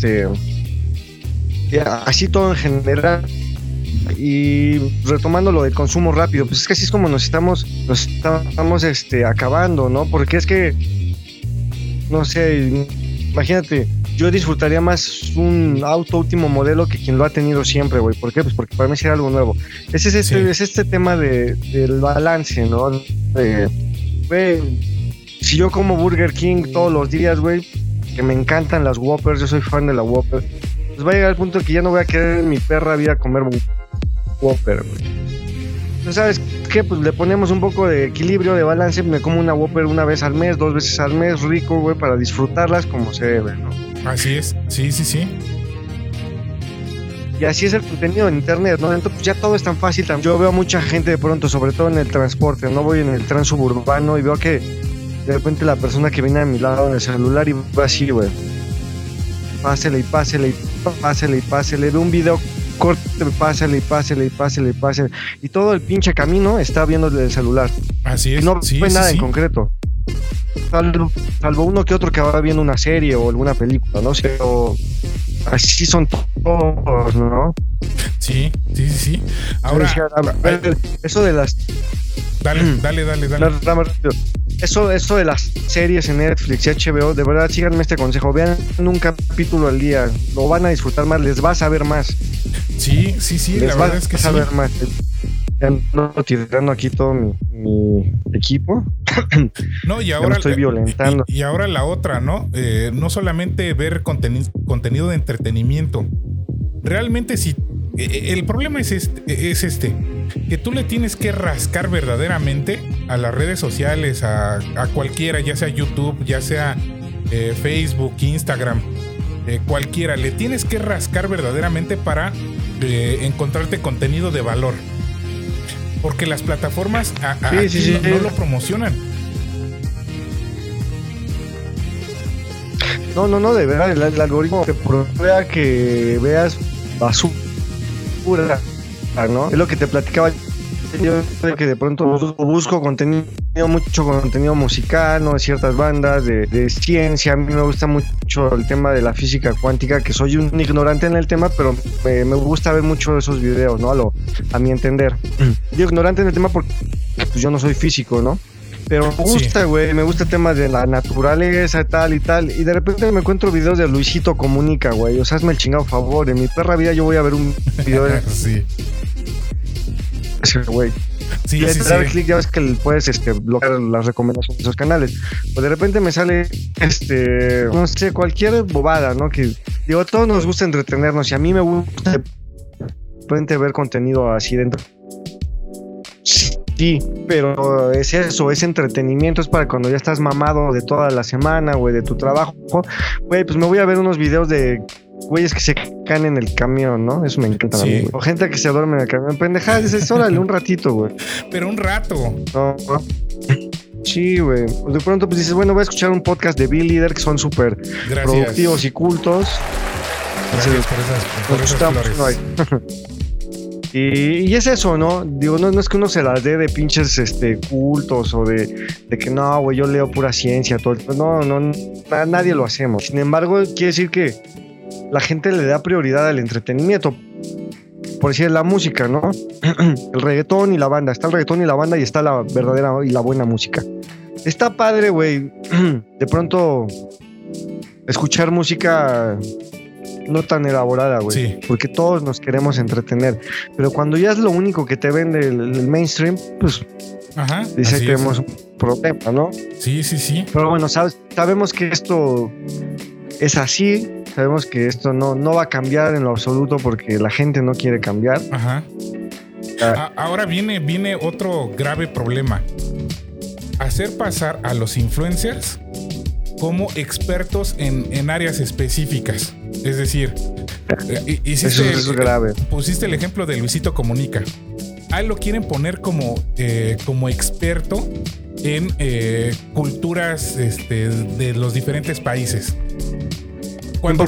C: así todo en general. Y retomando lo del consumo rápido, pues es que así es como nos estamos acabando, ¿no? Porque es que, no sé, imagínate, yo disfrutaría más un auto último modelo que quien lo ha tenido siempre, güey. ¿Por qué? Pues porque para mí sería algo nuevo. Es este tema del balance, ¿no? Güey, si yo como Burger King todos los días, güey, que me encantan las Whoppers, yo soy fan de la Whopper, pues va a llegar el punto que ya no voy a querer en mi perra vida comer Whopper, güey. Entonces, ¿sabes qué? Pues le ponemos un poco de equilibrio, de balance, me como una Whopper una vez al mes, 2 veces al mes, rico, güey, para disfrutarlas como se debe, ¿no?
B: Así es, sí.
C: Y así es el contenido en internet, ¿no? Entonces ya todo es tan fácil. Yo veo mucha gente de pronto, sobre todo en el transporte, ¿no? Voy en el tren suburbano y veo que de repente la persona que viene a mi lado en el celular y va así, güey. Pásele. Ve un video corte, pásele. Y todo el pinche camino está viendo el celular.
B: Así es.
C: Y no ve nada en concreto. Salvo uno que otro que va viendo una serie o alguna película, ¿no? Pero así son todos, ¿no?
B: Sí. Ahora,
C: eso de las...
B: Dale.
C: Eso de las series en Netflix y HBO, de verdad, síganme este consejo. Vean un capítulo al día. Lo van a disfrutar más, les vas a ver más.
B: Sí, la verdad es que sí.
C: Les vas a ver más. Ando tirando aquí todo mi equipo.
B: No, y ahora
C: estoy violentando.
B: Y ahora la otra, ¿no? No solamente ver contenido de entretenimiento. Realmente sí. El problema es este, que tú le tienes que rascar verdaderamente a las redes sociales, a cualquiera, ya sea YouTube, ya sea Facebook, Instagram, cualquiera. Le tienes que rascar verdaderamente para encontrarte contenido de valor. Porque las plataformas no lo promocionan.
C: No, de verdad, el algoritmo te prueba que veas basura, ¿no? Es lo que te platicaba yo, de que de pronto busco mucho contenido musical, ¿no? De ciertas bandas, de ciencia. A mí me gusta mucho el tema de la física cuántica, que soy un ignorante en el tema, pero me gusta ver mucho esos videos, ¿no? A mi entender. Yo ignorante en el tema porque pues, yo no soy físico, ¿no? Pero me gusta, güey, me gusta el tema de la naturaleza, tal y tal. Y de repente me encuentro videos de Luisito Comunica, güey. O sea, hazme el chingado favor. En mi perra vida yo voy a ver un video de...
B: Sí.
C: Ese güey.
B: Sí.
C: Dar clic, ya ves que puedes bloquear las recomendaciones de esos canales. Pues de repente me sale, no sé, cualquier bobada, ¿no? Que digo, a todos nos gusta entretenernos y a mí me gusta de repente ver contenido así dentro. Sí, pero es eso, es entretenimiento, es para cuando ya estás mamado de toda la semana, güey, de tu trabajo, güey, pues me voy a ver unos videos de güeyes que se caen en el camión, ¿no? Eso me encanta a mí. O gente que se duerme en el camión. Pendejadas, dices, órale, un ratito, güey.
B: Pero un rato.
C: No. Sí, güey. De pronto pues dices, bueno, voy a escuchar un podcast de Bill Leader que son súper productivos y cultos.
B: Gracias por esas flores.
C: Y es eso, ¿no? Digo, no es que uno se las dé de pinches cultos o de que no, güey, yo leo pura ciencia, todo. No, nadie lo hacemos. Sin embargo, quiere decir que la gente le da prioridad al entretenimiento. Por decir, la música, ¿no? El reggaetón y la banda. Está el reggaetón y la banda y está la verdadera y la buena música. Está padre, güey. De pronto escuchar música no tan elaborada, güey. Sí. Porque todos nos queremos entretener. Pero cuando ya es lo único que te vende el mainstream, pues dice que tenemos un problema, ¿no?
B: Sí.
C: Pero bueno, sabemos que esto es así. Sabemos que esto no va a cambiar en lo absoluto porque la gente no quiere cambiar.
B: Ajá. Ahora viene otro grave problema. Hacer pasar a los influencers como expertos en áreas específicas. Es decir,
C: eso es grave.
B: Pusiste el ejemplo de Luisito Comunica. A él lo quieren poner como experto en culturas de los diferentes países.
C: Cuando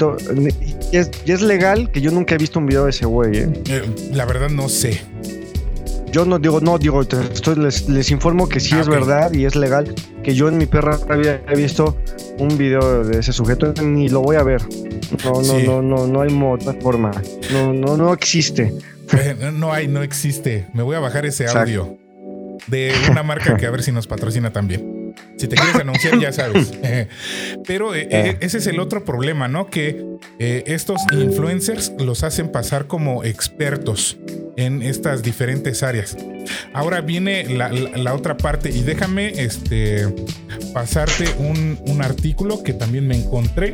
C: y es legal, que yo nunca he visto un video de ese güey,
B: La verdad no sé.
C: Yo no digo, les informo que sí es verdad y es legal, que yo en mi perra vida he visto un video de ese sujeto, ni lo voy a ver. No hay forma. No existe.
B: No existe. Me voy a bajar ese audio de una marca que a ver si nos patrocina también. Si te quieres anunciar, ya sabes. Pero ese es el otro problema, ¿no? Que estos influencers los hacen pasar como expertos en estas diferentes áreas. Ahora viene la otra parte y déjame pasarte un artículo que también me encontré,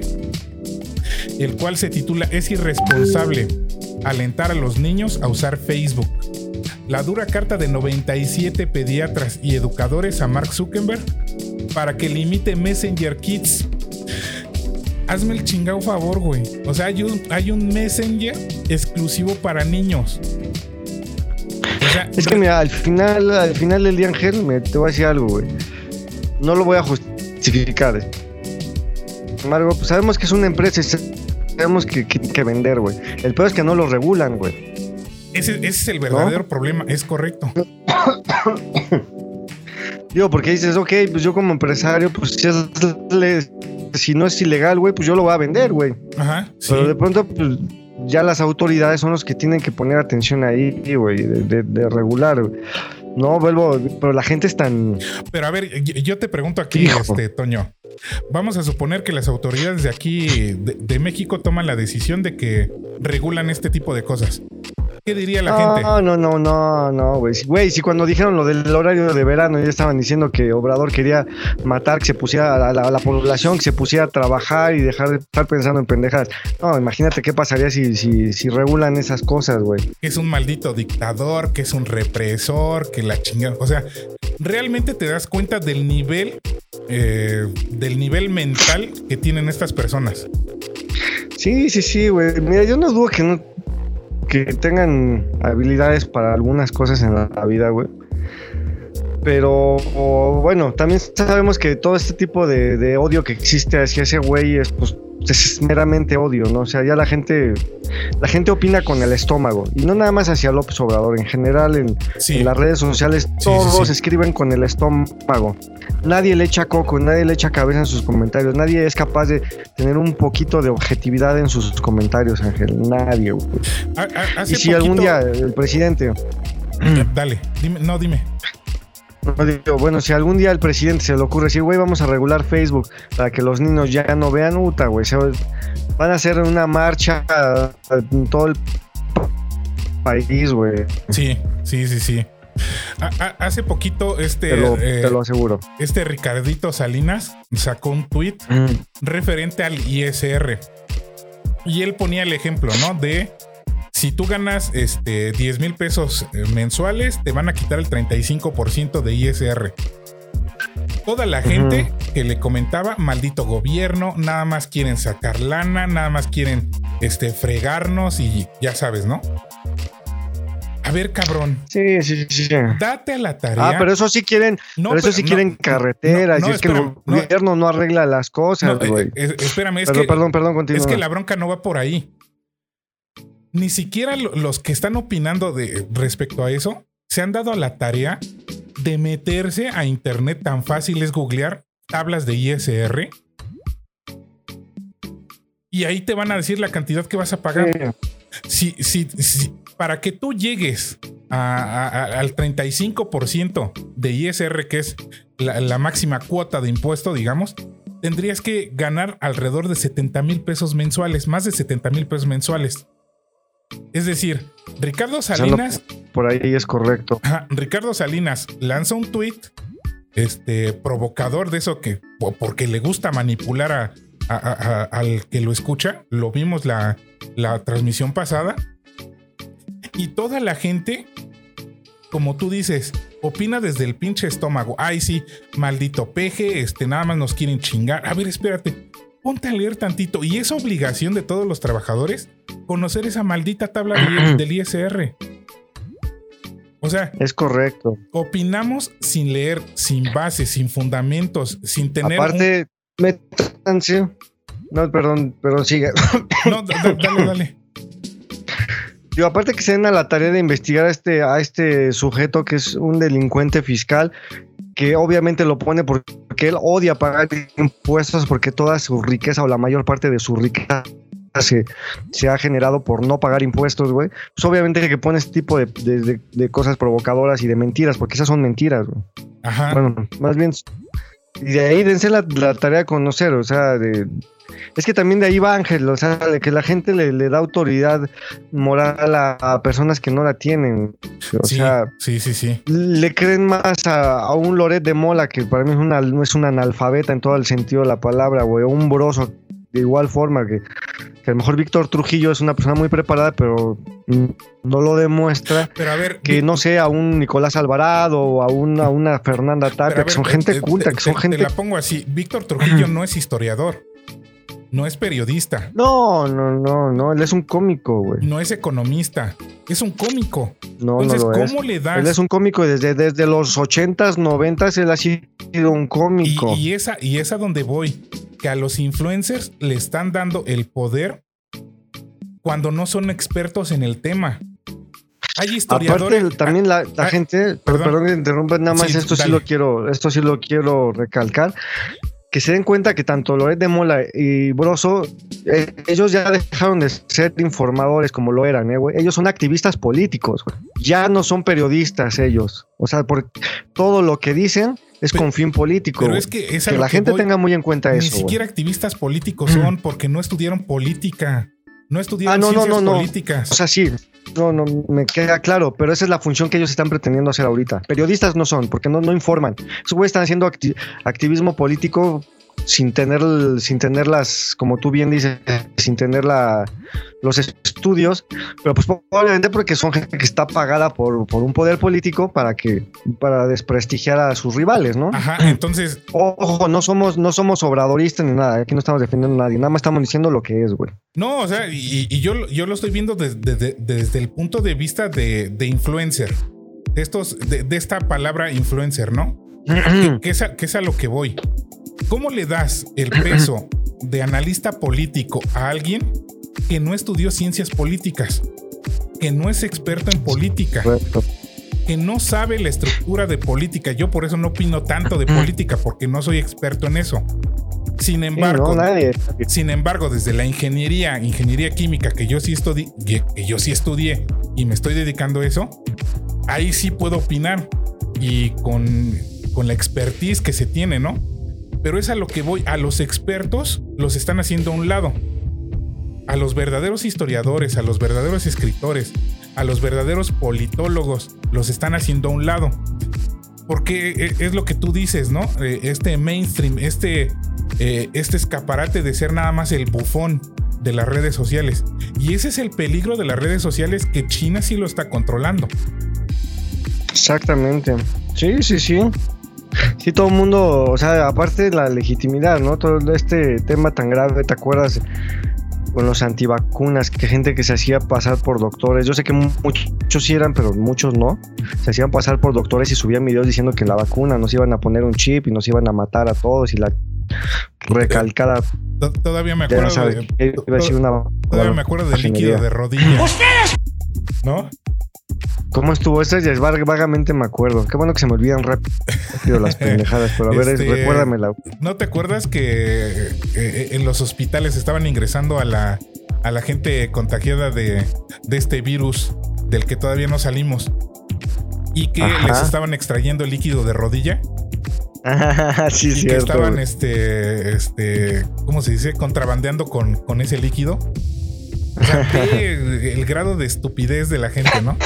B: el cual se titula "Es irresponsable alentar a los niños a usar Facebook. La dura carta de 97 pediatras y educadores a Mark Zuckerberg para que limite Messenger Kids". Hazme el chingado favor, güey. O sea, hay un Messenger exclusivo para niños. O sea,
C: es que mira, al final del día, Ángel, te voy a decir algo, güey. No lo voy a justificar. Sin embargo, pues sabemos que es una empresa, sabemos que vender, güey. El peor es que no lo regulan, güey.
B: Ese es el verdadero problema, es correcto.
C: Digo, porque dices, ok, pues yo como empresario, pues si no es ilegal, güey, pues yo lo voy a vender, güey.
B: Ajá, sí.
C: Pero de pronto, pues ya las autoridades son los que tienen que poner atención ahí, güey, de regular, güey. No, pero la gente es tan...
B: Pero a ver, yo te pregunto aquí, Toño. Vamos a suponer que las autoridades de aquí, de México, toman la decisión de que regulan este tipo de cosas. ¿Qué diría la gente?
C: No, güey. Güey, si cuando dijeron lo del horario de verano ya estaban diciendo que Obrador quería matar, que se pusiera a la población, que se pusiera a trabajar y dejar de estar pensando en pendejadas. No, imagínate qué pasaría si regulan esas cosas, güey.
B: Que es un maldito dictador, que es un represor, que la chingada. O sea, realmente te das cuenta del nivel mental que tienen estas personas.
C: Sí, güey. Mira, yo no dudo que tengan habilidades para algunas cosas en la vida, güey. Pero bueno, también sabemos que todo este tipo de odio que existe hacia ese güey es meramente odio, ¿no? O sea, ya la gente opina con el estómago. Y no nada más hacia López Obrador. En general, en las redes sociales, todos escriben con el estómago. Nadie le echa coco, nadie le echa cabeza en sus comentarios. Nadie es capaz de tener un poquito de objetividad en sus comentarios, Ángel. Nadie, güey. Y si algún día el presidente...
B: Dale, dime.
C: Bueno, si algún día al presidente se le ocurre decir, güey, vamos a regular Facebook para que los niños ya no vean, güey, van a hacer una marcha en todo el país, güey.
B: Sí. Hace poquito
C: te lo aseguro.
B: Ricardito Salinas sacó un tweet referente al ISR y él ponía el ejemplo, ¿no? De si tú ganas 10,000 pesos mensuales, te van a quitar el 35% de ISR. Toda la gente que le comentaba, maldito gobierno, nada más quieren sacar lana, nada más quieren fregarnos y ya sabes, ¿no? A ver, cabrón.
C: Sí.
B: Date a la tarea.
C: Pero eso sí quieren, quieren carreteras.
B: No,
C: y es que el gobierno no arregla las cosas, güey.
B: Espérame,
C: perdón, continúa.
B: Es que la bronca no va por ahí. Ni siquiera los que están opinando respecto a eso se han dado a la tarea de meterse a internet. Tan fácil es googlear tablas de ISR y ahí te van a decir la cantidad que vas a pagar. Sí. Si para que tú llegues al 35% de ISR, que es la máxima cuota de impuesto, digamos, tendrías que ganar alrededor de 70,000 pesos mensuales, más de 70,000 pesos mensuales. Es decir, Ricardo Salinas...
C: Por ahí es correcto.
B: Ricardo Salinas lanza un tweet provocador de eso, que porque le gusta manipular al que lo escucha. Lo vimos la transmisión pasada. Y toda la gente, como tú dices, opina desde el pinche estómago. Ay, sí, maldito peje, nada más nos quieren chingar. A ver, espérate, ponte a leer tantito. Y es obligación de todos los trabajadores conocer esa maldita tabla del ISR. O sea,
C: es correcto.
B: Opinamos sin leer, sin base, sin fundamentos, sin tener...
C: Aparte, métanse... No, perdón, sigue.
B: No, dale.
C: Digo, aparte que se den a la tarea de investigar a este sujeto que es un delincuente fiscal, que obviamente lo pone porque él odia pagar impuestos, porque toda su riqueza o la mayor parte de su riqueza se ha generado por no pagar impuestos, güey. Pues obviamente que pone este tipo de cosas provocadoras y de mentiras, porque esas son mentiras, güey.
B: Ajá.
C: Bueno, más bien, y de ahí dense la tarea de conocer, o sea, es que también de ahí va Ángel, o sea, de que la gente le da autoridad moral a personas que no la tienen. O sea,
B: sí.
C: Le creen más a un Loret de Mola, que para mí es un analfabeta en todo el sentido de la palabra, güey, o un broso, de igual forma que a lo mejor Víctor Trujillo es una persona muy preparada, pero no lo demuestra.
B: Pero a ver,
C: que no sé, a un Nicolás Alvarado o a una Fernanda Tapia, que son gente culta, que son gente...
B: Te la pongo así, Víctor Trujillo no es historiador. No es periodista.
C: No, él es un cómico, güey.
B: No es economista, es un cómico.
C: No,
B: entonces,
C: no lo
B: ¿cómo
C: es.
B: le das?
C: Él es un cómico desde los 80s, 90s, él ha sido un cómico.
B: Y es a donde voy, que a los influencers le están dando el poder cuando no son expertos en el tema. Hay historiadores.
C: Aparte, también la gente, perdón que interrumpa, nada más, esto sí lo quiero recalcar. Que se den cuenta que tanto Loret de Mola y Broso, ellos ya dejaron de ser informadores como lo eran, güey. Ellos son activistas políticos, güey. Ya no son periodistas ellos. O sea, por todo lo que dicen es con fin político.
B: Pero es que
C: la gente tenga muy en cuenta eso.
B: Ni siquiera activistas políticos son, porque no estudiaron política. No estudiaron ciencias políticas.
C: O sea, sí. No, me queda claro, pero esa es la función que ellos están pretendiendo hacer ahorita. Periodistas no son, porque no informan. Esos güeyes están haciendo activismo político sin tener las, como tú bien dices, sin tener los estudios, pero pues probablemente porque son gente que está pagada por un poder político para desprestigiar a sus rivales, ¿no?
B: Ajá, entonces...
C: Ojo, no somos obradoristas ni nada, aquí no estamos defendiendo a nadie, nada más estamos diciendo lo que es, güey.
B: No, o sea, y yo lo estoy viendo desde el punto de vista de influencer, de esta palabra influencer, ¿no? que es a lo que voy. ¿Cómo le das el peso de analista político a alguien que no estudió ciencias políticas, que no es experto en política, que no sabe la estructura de política? Yo por eso no opino tanto de política, porque no soy experto en eso. Sin embargo, desde la ingeniería química, que yo sí estudié y me estoy dedicando a eso, ahí sí puedo opinar, y con la expertise que se tiene, ¿no? Pero es a lo que voy. A los expertos los están haciendo a un lado. A los verdaderos historiadores, a los verdaderos escritores, a los verdaderos politólogos los están haciendo a un lado. Porque es lo que tú dices, ¿no? Este mainstream, este escaparate de ser nada más el bufón de las redes sociales. Y ese es el peligro de las redes sociales, que China sí lo está controlando.
C: Exactamente. Sí. Sí, todo el mundo, o sea, aparte de la legitimidad, ¿no? Todo este tema tan grave, ¿te acuerdas? Con los antivacunas, que gente que se hacía pasar por doctores. Yo sé que muchos sí eran, pero muchos no. Se hacían pasar por doctores y subían videos diciendo que la vacuna nos iban a poner un chip y nos iban a matar a todos y la recalcada.
B: Todavía me acuerdo todavía me acuerdo del líquido de rodilla.
F: ¡Ustedes!
B: ¿No?
C: ¿Cómo estuvo eso? Ya vagamente me acuerdo. Qué bueno que se me olvidan rápido las pendejadas, pero a ver, recuérdamela.
B: ¿No te acuerdas que en los hospitales estaban ingresando a la gente contagiada de este virus del que todavía no salimos? Y que les estaban extrayendo el líquido de rodilla.
C: Sí,
B: y
C: cierto.
B: Que estaban, ¿cómo se dice? Contrabandeando con ese líquido. O sea, el grado de estupidez de la gente, ¿no?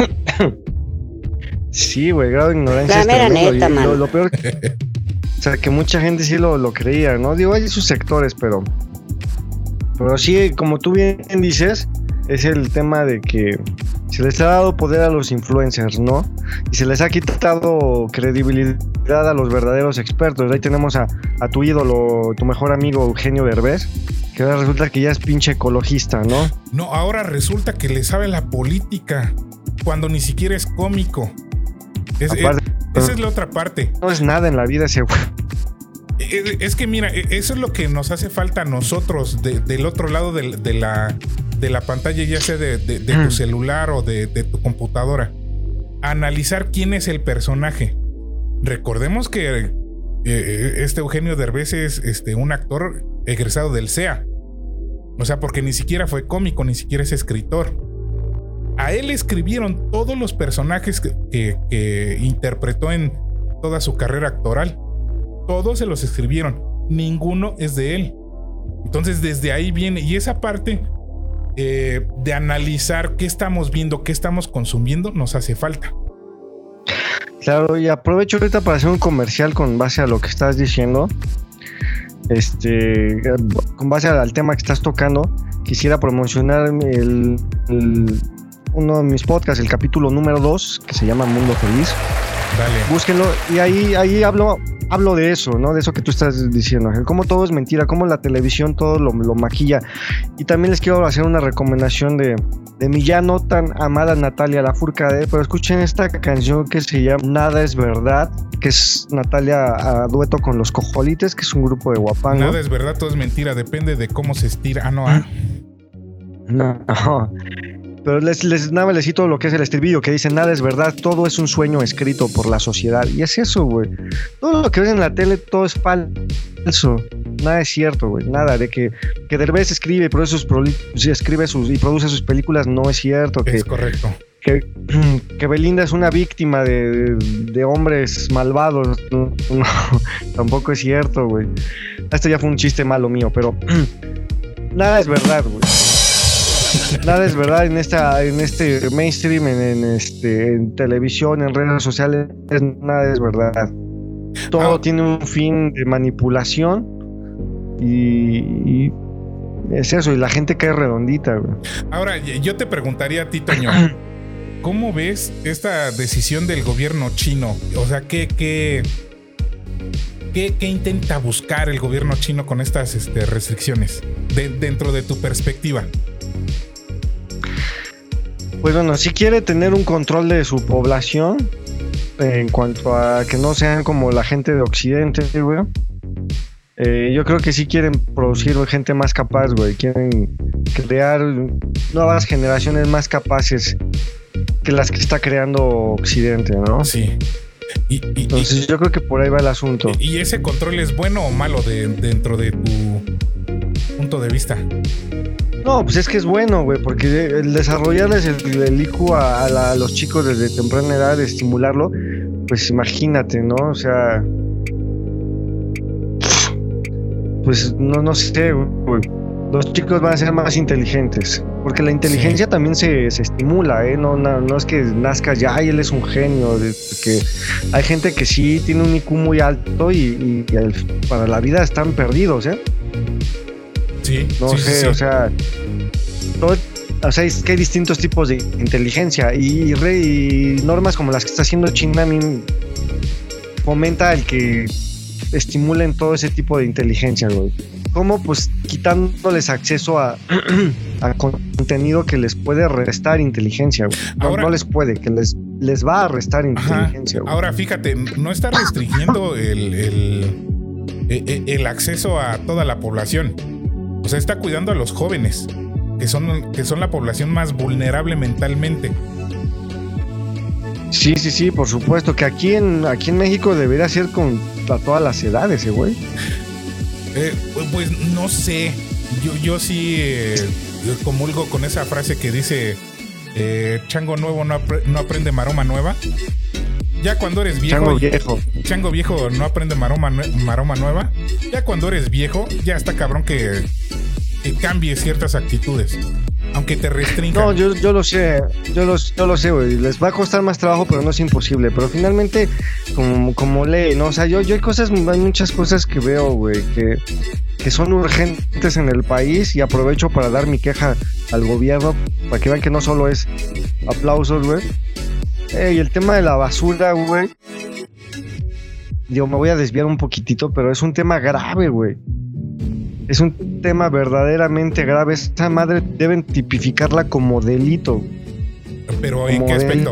C: Sí, güey, grado de ignorancia.
E: La mera neta, man.
C: Lo peor, o sea, que mucha gente sí lo creía, ¿no? Digo, hay sus sectores, pero sí, como tú bien dices, es el tema de que se les ha dado poder a los influencers, ¿no? Y se les ha quitado credibilidad a los verdaderos expertos. Ahí tenemos a tu ídolo, tu mejor amigo Eugenio Derbez, que ahora resulta que ya es pinche ecologista, ¿no?
B: No, ahora resulta que le sabe la política, cuando ni siquiera es cómico. Esa es la otra parte.
C: No es nada en la vida ese güey.
B: Es que mira, eso es lo que nos hace falta a nosotros del otro lado de la pantalla, ya sea de tu celular o de tu computadora. Analizar quién es el personaje. Recordemos que este Eugenio Derbez es un actor egresado del CEA. O sea, porque ni siquiera fue cómico, ni siquiera es escritor. A él escribieron todos los personajes que interpretó en toda su carrera actoral. Todos se los escribieron. Ninguno es de él. Entonces desde ahí viene. Y esa parte de analizar qué estamos viendo, qué estamos consumiendo, nos hace falta.
C: Claro, y aprovecho ahorita para hacer un comercial con base a lo que estás diciendo. Con base al tema que estás tocando, quisiera promocionar uno de mis podcasts, el capítulo número 2, que se llama Mundo Feliz.
B: Dale.
C: Búsquenlo, y ahí hablo de eso, ¿no? De eso que tú estás diciendo, cómo todo es mentira, cómo la televisión todo lo maquilla. Y también les quiero hacer una recomendación de mi ya no tan amada Natalia Lafourcade, pero escuchen esta canción que se llama Nada es Verdad, que es Natalia a dueto con Los Cojolites, que es un grupo de Huapango.
B: Nada es verdad, todo es mentira, depende de cómo se estira.
C: No. Pero les cito lo que es el estribillo, que dice: nada es verdad, todo es un sueño escrito por la sociedad. Y es eso, güey. Todo lo que ves en la tele, todo es falso. Nada es cierto, güey. Nada de que Derbez escribe y produce sus películas, no es cierto.
B: Es correcto.
C: Que Belinda es una víctima de hombres malvados. No, tampoco es cierto, güey. Esto ya fue un chiste malo mío, pero nada es verdad, güey. Nada es verdad en este mainstream, en televisión, en redes sociales, nada es verdad. Todo tiene un fin de manipulación y es eso, y la gente cae redondita, güey.
B: Ahora, yo te preguntaría a ti, Toño, ¿cómo ves esta decisión del gobierno chino? O sea, ¿qué intenta buscar el gobierno chino con estas restricciones dentro de tu perspectiva?
C: Pues bueno, sí quiere tener un control de su población en cuanto a que no sean como la gente de Occidente, güey. Yo creo que sí quieren producir gente más capaz, güey. Quieren crear nuevas generaciones más capaces que las que está creando Occidente, ¿no?
B: Sí.
C: Entonces yo creo que por ahí va el asunto.
B: ¿Y ese control es bueno o malo dentro de tu punto de vista?
C: No, pues es que es bueno, güey, porque el desarrollarles el IQ a los chicos desde temprana edad, estimularlo, pues imagínate, ¿no? O sea, pues no sé, güey. Los chicos van a ser más inteligentes, porque la inteligencia también se estimula, ¿eh? No es que nazcas ya, él es un genio, porque hay gente que sí tiene un IQ muy alto y para la vida están perdidos, ¿eh?
B: Sí,
C: no sé, sí. O sea, es que hay distintos tipos de inteligencia y normas como las que está haciendo China a mí fomenta el que estimulen todo ese tipo de inteligencia, güey. ¿Cómo? Pues quitándoles acceso a contenido que les puede restar inteligencia, güey. No les puede, que les va a restar inteligencia, güey.
B: Ahora, fíjate, no está restringiendo el acceso a toda la población. O sea, está cuidando a los jóvenes, que son la población más vulnerable mentalmente.
C: Sí, por supuesto. Que aquí en México debería ser con todas las edades, güey.
B: Pues no sé. Yo sí comulgo con esa frase que dice chango nuevo no aprende maroma nueva. Ya cuando eres viejo, chango viejo no aprende maroma nueva. Ya cuando eres viejo, ya está cabrón que cambies ciertas actitudes, aunque te restrinjan.
C: No, yo lo sé, güey. Les va a costar más trabajo, pero no es imposible. Pero finalmente, como ley, ¿no? O sea, yo hay muchas cosas que veo, güey, que son urgentes en el país, y aprovecho para dar mi queja al gobierno, para que vean que no solo es aplausos, güey. Y el tema de la basura, güey. Yo me voy a desviar un poquitito, pero es un tema grave, güey. Es un tema verdaderamente grave. Esta madre deben tipificarla como delito.
B: ¿Pero en qué aspecto?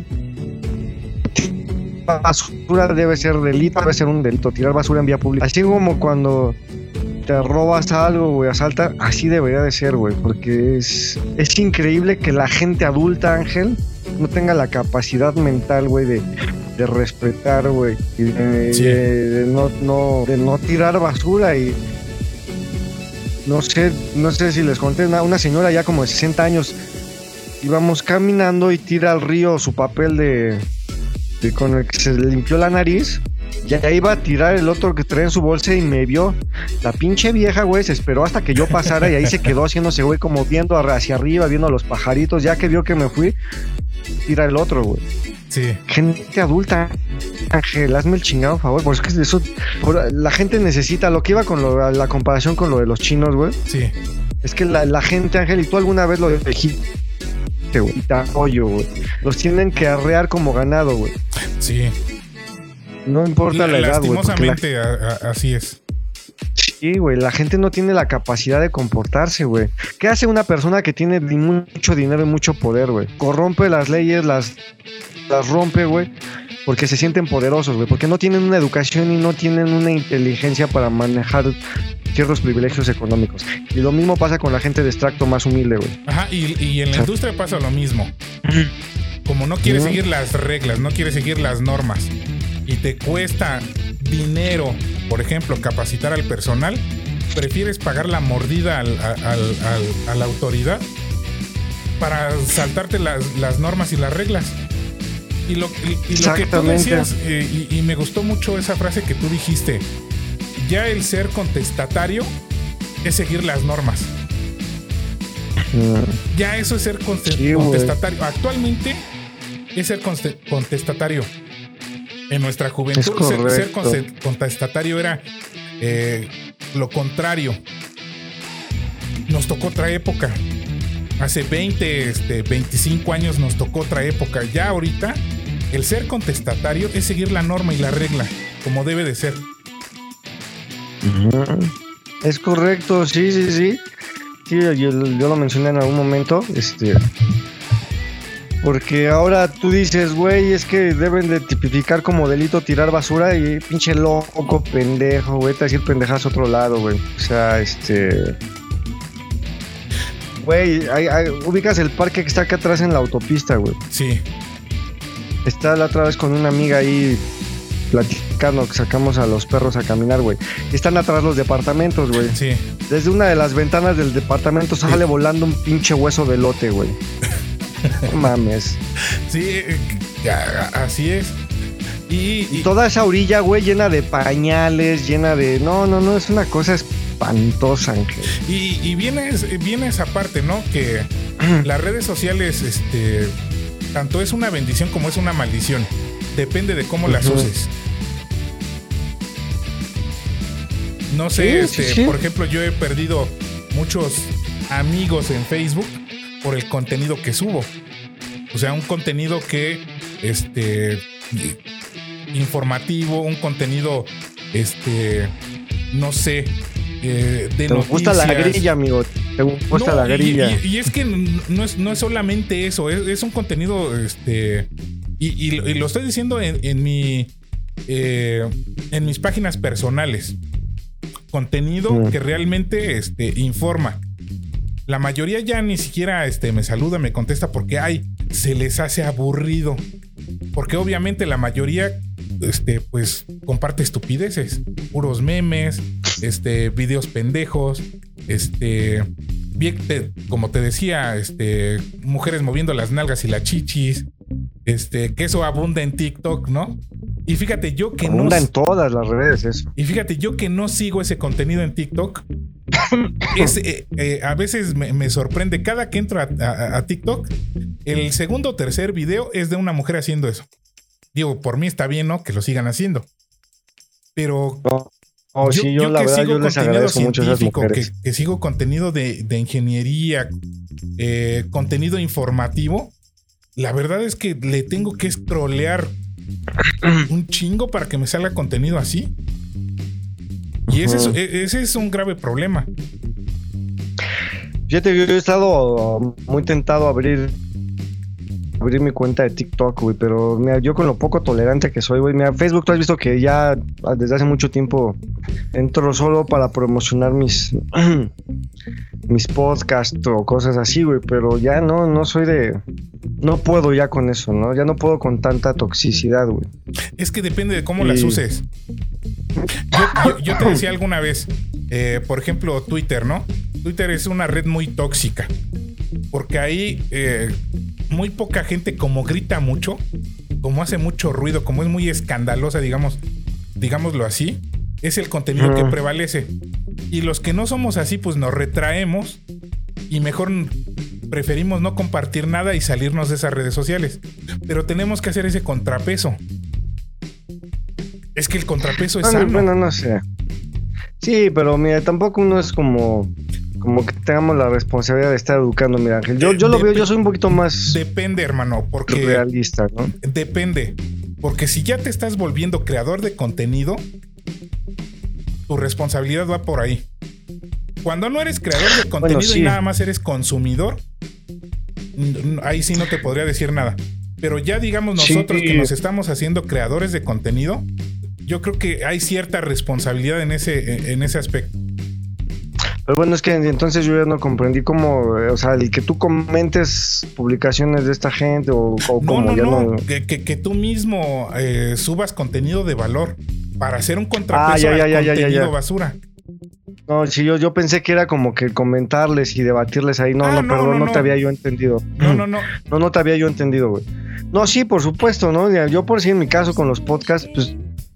C: Basura debe ser delito, debe ser un delito. Tirar basura en vía pública. Así como cuando te robas algo, güey, asalta, así debería de ser, güey. Porque es increíble que la gente adulta, Ángel, no tenga la capacidad mental, güey, de respetar, güey, y de no tirar basura. Y no sé si les conté, una señora ya como de 60 años, íbamos caminando y tira al río su papel con el que se limpió la nariz. Ya iba a tirar el otro que traía en su bolsa y me vio. La pinche vieja, güey, se esperó hasta que yo pasara y ahí se quedó haciéndose, güey, como viendo hacia arriba, viendo a los pajaritos. Ya que vio que me fui, tira el otro, güey.
B: Sí.
C: Gente adulta, Ángel, hazme el chingado favor, porque es que eso, la gente necesita, lo que iba con la comparación con lo de los chinos, güey.
B: Sí.
C: Es que la gente, Ángel, y tú alguna vez lo dijiste, güey, güey, los tienen que arrear como ganado, güey.
B: Sí.
C: No importa la edad, güey.
B: Lastimosamente, así es.
C: Sí, güey, la gente no tiene la capacidad de comportarse, güey. ¿Qué hace una persona que tiene mucho dinero y mucho poder, güey? Corrompe las leyes, las rompe, güey, porque se sienten poderosos, güey, porque no tienen una educación y no tienen una inteligencia para manejar ciertos privilegios económicos. Y lo mismo pasa con la gente de extracto más humilde, güey.
B: Ajá, y en la industria pasa lo mismo. Como no quiere seguir las reglas, no quiere seguir las normas, y te cuesta dinero, por ejemplo, capacitar al personal, prefieres pagar la mordida a la autoridad para saltarte las normas y las reglas. Y lo que tú decías, y me gustó mucho esa frase que tú dijiste, ya el ser contestatario es seguir las normas. Ya eso es ser contestatario. Actualmente es ser contestatario. En nuestra juventud ser contestatario era lo contrario. Nos tocó otra época. Hace 25 años nos tocó otra época. Ya ahorita el ser contestatario es seguir la norma y la regla como debe de ser.
C: Es correcto, sí. Sí, yo lo mencioné en algún momento, porque ahora tú dices, güey, es que deben de tipificar como delito tirar basura, y pinche loco, pendejo, güey, te vas a decir pendejazo a otro lado, güey. O sea, güey, ubicas el parque que está acá atrás en la autopista, güey.
B: Sí.
C: Está la otra vez con una amiga ahí platicando, que sacamos a los perros a caminar, güey. Y están atrás los departamentos, güey.
B: Sí.
C: Desde una de las ventanas del departamento sale volando un pinche hueso de elote, güey. No mames.
B: Sí, así es. Y
C: toda esa orilla, güey, llena de pañales, llena de... No, es una cosa espantosa, Ángel.
B: Y viene esa parte, ¿no? Que las redes sociales, tanto es una bendición como es una maldición. Depende de cómo las uses. No sé, sí. Por ejemplo, yo he perdido muchos amigos en Facebook por el contenido que subo. O sea, un contenido que informativo, un contenido, no sé, de
C: ¿Te
B: noticias.
C: gusta la grilla, amigo? ¿Te gusta la grilla?
B: Y es que no es solamente eso, es un contenido, y lo estoy diciendo en mis páginas personales. Contenido que realmente informa. La mayoría ya ni siquiera me saluda, me contesta porque se les hace aburrido. Porque obviamente la mayoría pues comparte estupideces, puros memes, videos pendejos, como te decía, mujeres moviendo las nalgas y las chichis, que eso abunda en TikTok, ¿no? Y fíjate, yo que
C: abunda en todas las redes eso.
B: Y fíjate, yo que no sigo ese contenido en TikTok, a veces me sorprende. Cada que entro a TikTok, el segundo o tercer video es de una mujer haciendo eso. Digo, por mí está bien, ¿no? Que lo sigan haciendo. Pero
C: yo la verdad, yo les agradezco mucho a esas mujeres.
B: Que sigo contenido de ingeniería, contenido informativo. La verdad es que le tengo que scrollear un chingo para que me salga contenido así. Y ese es un grave problema. Fíjate,
C: yo he estado muy tentado a abrir mi cuenta de TikTok, güey, pero mira, yo con lo poco tolerante que soy, güey, mira, Facebook, tú has visto que ya desde hace mucho tiempo entro solo para promocionar mis podcasts o cosas así, güey, pero ya no soy no puedo ya con eso, ¿no? Ya no puedo con tanta toxicidad, güey.
B: Es que depende de cómo las uses. Yo te decía alguna vez, por ejemplo, Twitter, ¿no? Twitter es una red muy tóxica, porque ahí muy poca gente, como grita mucho, como hace mucho ruido, como es muy escandalosa, digámoslo así, es el contenido que prevalece. Y los que no somos así, pues nos retraemos y mejor preferimos no compartir nada y salirnos de esas redes sociales. Pero tenemos que hacer ese contrapeso. Es que el contrapeso es sano.
C: Bueno, no sé. Sí, pero mira, tampoco uno es como que tengamos la responsabilidad de estar educando, mira, Ángel. Yo lo veo, yo soy un poquito más...
B: Depende, hermano, porque...
C: realista, ¿no?
B: Depende. Porque si ya te estás volviendo creador de contenido, tu responsabilidad va por ahí. Cuando no eres creador de contenido y nada más eres consumidor, ahí sí no te podría decir nada. Pero ya digamos nosotros que nos estamos haciendo creadores de contenido, yo creo que hay cierta responsabilidad en ese aspecto.
C: Pero bueno, es que entonces yo ya no comprendí cómo, o sea, el que tú comentes publicaciones de esta gente o como ya no.
B: Que tú mismo subas contenido de valor para hacer un contrapeso al contenido basura.
C: No, sí, yo pensé que era como que comentarles y debatirles ahí. No te había yo entendido. No te había yo entendido, güey. No, sí, por supuesto, ¿no? Yo por sí en mi caso con los podcasts, pues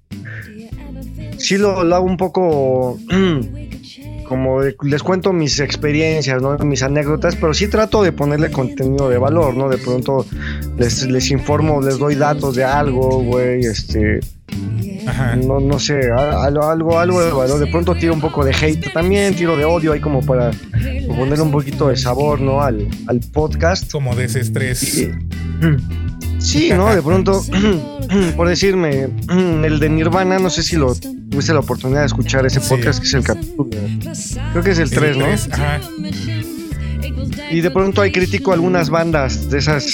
C: sí lo hago un poco como les cuento mis experiencias, ¿no? Mis anécdotas, pero sí trato de ponerle contenido de valor, ¿no? De pronto les informo, les doy datos de algo, güey,
B: Ajá.
C: No sé, algo de valor. De pronto tiro un poco de hate, también tiro de odio ahí como para ponerle un poquito de sabor, ¿no? Al podcast.
B: Como de ese estrés.
C: Sí, ¿no? De pronto, por decirme, el de Nirvana, no sé si tuviste la oportunidad de escuchar ese podcast, que es el capítulo, creo que es el 3, ¿no?
B: Ajá.
C: Y de pronto hay critico algunas bandas de esas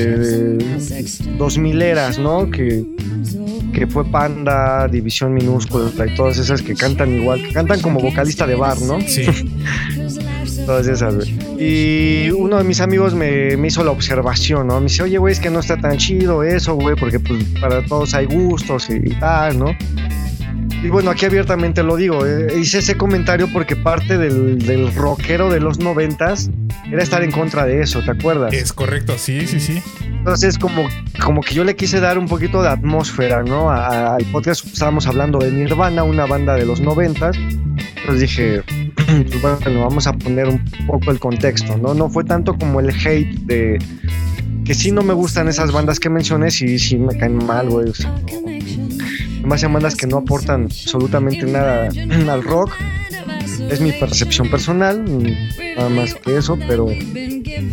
C: 2000eras, ¿no? Que fue Panda, División Minúscula y todas esas que cantan igual, que cantan como vocalista de bar, ¿no?
B: Sí.
C: Todas esas, güey. Y uno de mis amigos me hizo la observación, ¿no? Me dice, oye, güey, es que no está tan chido eso, güey, porque pues para todos hay gustos y tal, ¿no? Y bueno, aquí abiertamente lo digo, hice ese comentario porque parte del rockero de los 90s era estar en contra de eso, ¿te acuerdas?
B: Es correcto, sí.
C: Entonces como que yo le quise dar un poquito de atmósfera, ¿no? Al podcast estábamos hablando de Nirvana, una banda de los 90s. Entonces dije, pues bueno, vamos a poner un poco el contexto, ¿no? No fue tanto como el hate de que sí no me gustan esas bandas que mencioné, sí me caen mal, güey. O sea, además son bandas que no aportan absolutamente nada al rock. Es mi percepción personal, nada más que eso, pero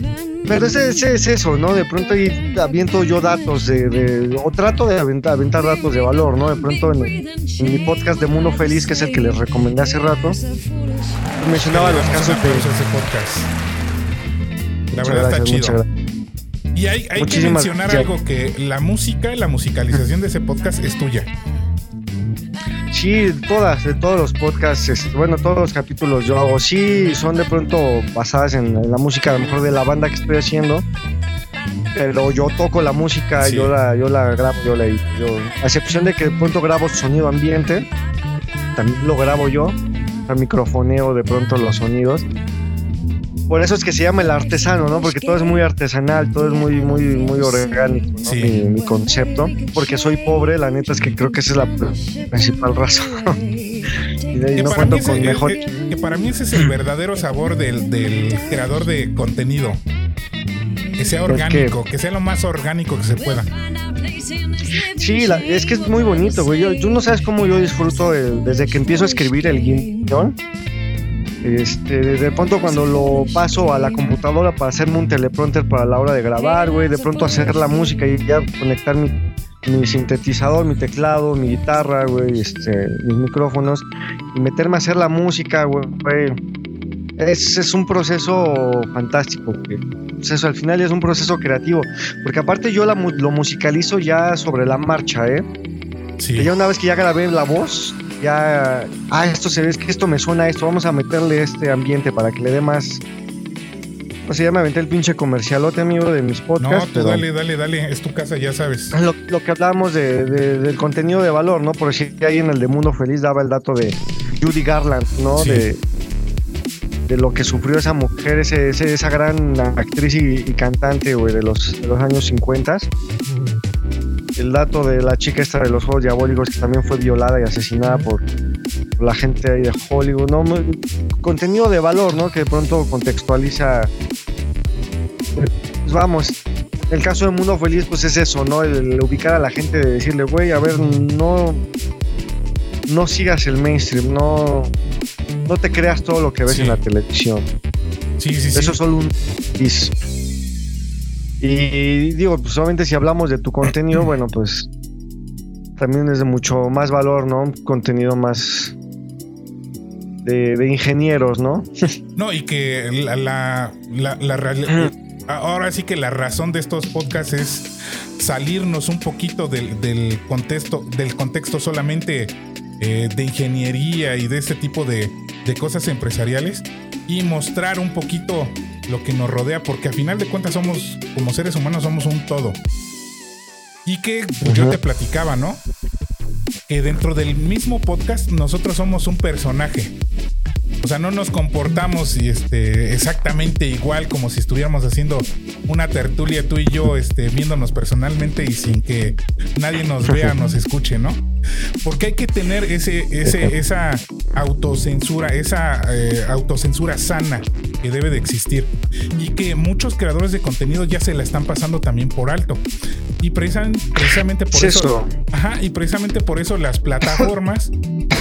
C: Pero ese es eso, ¿no? De pronto ahí aviento yo datos o trato de aventar datos de valor, ¿no? De pronto en mi podcast de Mundo Feliz, que es el que les recomendé hace rato, mencionaba los casos de
B: ese podcast. La verdad está chido. Y hay que mencionar algo, que la musicalización de ese podcast es tuya.
C: Sí, de todos los podcasts, todos los capítulos yo hago, sí, son de pronto basadas en la música, a lo mejor de la banda que estoy haciendo, pero yo toco la música, sí. yo la grabo, a excepción de que de pronto grabo sonido ambiente, también lo grabo yo, microfoneo de pronto los sonidos. Por eso es que se llama el artesano, ¿no? Porque todo es muy artesanal, todo es muy orgánico, ¿no? Sí. Mi concepto. Porque soy pobre, la neta es que creo que esa es la principal razón. Y no cuento con mejor.
B: Que para mí ese es el verdadero sabor del creador de contenido. Que sea orgánico, que sea lo más orgánico que se pueda.
C: Sí, es que es muy bonito, güey. Tú no sabes cómo yo disfruto desde que empiezo a escribir el guión. De pronto cuando lo paso a la computadora para hacerme un teleprompter para la hora de grabar, güey, de pronto hacer la música y ya conectar mi sintetizador, mi teclado, mi guitarra, güey, mis micrófonos y meterme a hacer la música, güey. Es un proceso fantástico, güey. Eso al final es un proceso creativo, porque aparte yo lo musicalizo ya sobre la marcha, Sí. Ya una vez que ya grabé la voz, ya, esto se ve, es que esto me suena a esto, vamos a meterle este ambiente para que le dé más. O sea, ya me aventé el pinche comercialote, amigo, de mis podcasts.
B: No, tú dale, es tu casa, ya sabes.
C: Lo que hablábamos del contenido de valor, ¿no? Por decir, ahí en el de Mundo Feliz daba el dato de Judy Garland, ¿no? Sí. De lo que sufrió esa mujer, esa gran actriz y cantante, güey, de los años 50. El dato de la chica esta de los Juegos Diabólicos, que también fue violada y asesinada por la gente ahí de Hollywood, ¿no? Contenido de valor, ¿no? Que de pronto contextualiza. Pues vamos, el caso de Mundo Feliz, pues es eso, ¿no? El ubicar a la gente, de decirle, güey, a ver, no sigas el mainstream, no te creas todo lo que ves en la televisión.
B: Sí.
C: Eso es solo un... Y digo, pues obviamente si hablamos de tu contenido, bueno, pues también es de mucho más valor, ¿no? Contenido más de ingenieros, ¿no?
B: No, y que ahora sí que la razón de estos podcasts es salirnos un poquito del contexto solamente de ingeniería y de ese tipo de cosas empresariales y mostrar un poquito lo que nos rodea, porque a final de cuentas somos, como seres humanos, somos un todo. Y que yo te platicaba, ¿no? Que dentro del mismo podcast nosotros somos un personaje. O sea, no nos comportamos exactamente igual como si estuviéramos haciendo una tertulia tú y yo, viéndonos personalmente y sin que nadie nos vea, nos escuche, ¿no? Porque hay que tener esa autocensura, autocensura sana que debe de existir y que muchos creadores de contenido ya se la están pasando también por alto. Y precisamente por eso. Y precisamente por eso las plataformas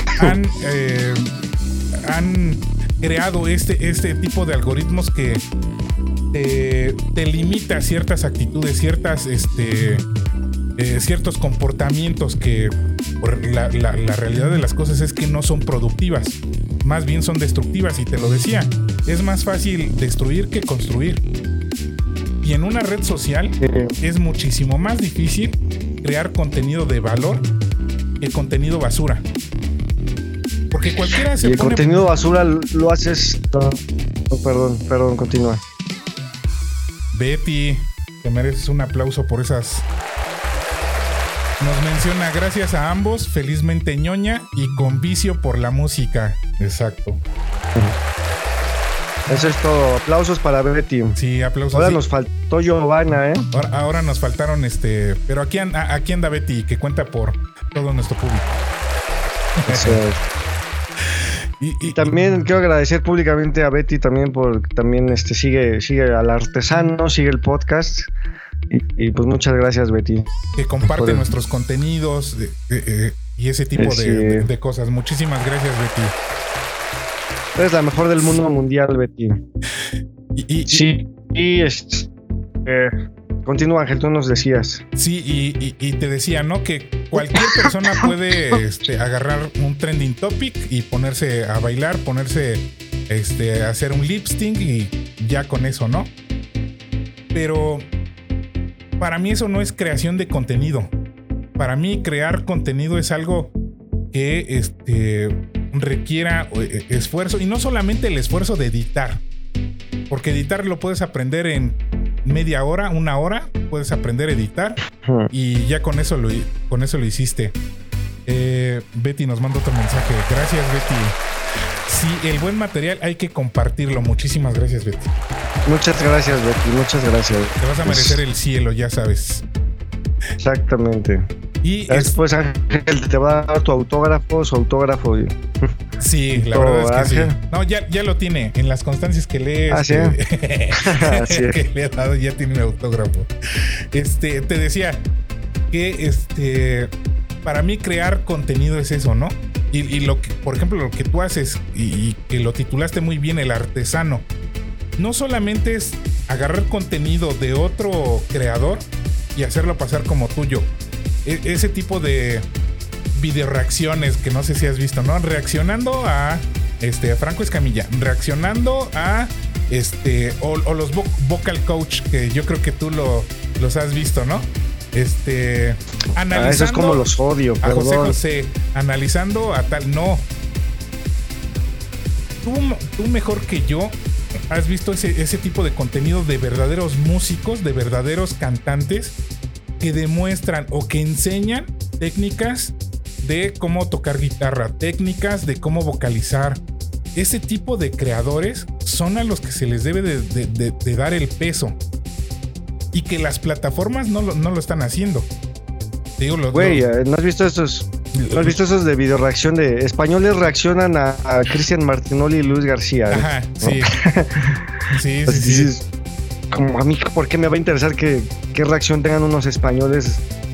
B: han creado este tipo de algoritmos que te limita ciertas actitudes, ciertos comportamientos que por la realidad de las cosas es que no son productivas, más bien son destructivas. Y te lo decía, es más fácil destruir que construir. Y en una red social es muchísimo más difícil crear contenido de valor que contenido basura. Porque cualquiera se
C: pone...
B: el
C: contenido basura lo haces... Perdón, continúa.
B: Betty, te mereces un aplauso por esas... Nos menciona, gracias a ambos, felizmente ñoña y con vicio por la música. Exacto.
C: Eso es todo. Aplausos para Betty.
B: Sí, aplausos.
C: Ahora nos faltó Giovanna,
B: Ahora nos faltaron pero aquí anda Betty, que cuenta por todo nuestro público.
C: Eso es. Y también quiero agradecer públicamente a Betty también por sigue al artesano, sigue el podcast y pues muchas gracias, Betty,
B: que comparte nuestros contenidos y ese tipo de cosas. Muchísimas gracias, Betty.
C: Eres la mejor del mundo mundial, Betty. Continúa, Ángel, tú nos decías.
B: Sí, y te decía, ¿no? Que cualquier persona puede agarrar un trending topic y ponerse a bailar, ponerse a hacer un lip sync y ya con eso, ¿no? Pero para mí eso no es creación de contenido. Para mí crear contenido es algo que requiera esfuerzo, y no solamente el esfuerzo de editar, porque editar lo puedes aprender en media hora, una hora, puedes aprender a editar y ya con eso lo hiciste. Betty nos manda otro mensaje. Gracias, Betty. Sí, el buen material hay que compartirlo. Muchísimas gracias, Betty.
C: Muchas gracias, Betty, muchas gracias.
B: Te vas a merecer el cielo, ya sabes.
C: Exactamente. Y después Ángel te va a dar su autógrafo.
B: Sí, la verdad es que sí. No, ya lo tiene. En las constancias que lees,
C: ¿sí?
B: que le he dado, ya tiene un autógrafo. Te decía que para mí crear contenido es eso, ¿no? Y lo que, por ejemplo, lo que tú haces y que lo titulaste muy bien, el artesano, no solamente es agarrar contenido de otro creador y hacerlo pasar como tuyo. Ese tipo de video reacciones que no sé si has visto, ¿no? Reaccionando a Franco Escamilla, reaccionando a o los vocal coach, que yo creo que tú los has visto, ¿no? Analizando.
C: Eso es como los odio,
B: a
C: perdón.
B: José, analizando a tal. No. Tú mejor que yo has visto ese tipo de contenido de verdaderos músicos, de verdaderos cantantes que demuestran o que enseñan técnicas de cómo tocar guitarra, técnicas de cómo vocalizar. Ese tipo de creadores son a los que se les debe de dar el peso, y que las plataformas no lo están haciendo. Digo,
C: güey, ¿no has visto esos? ¿No has visto esos de video reacción de españoles reaccionan a Cristian Martinoli y Luis García?
B: Ajá, sí. Sí.
C: Como a mí, ¿por qué me va a interesar qué reacción tengan unos españoles?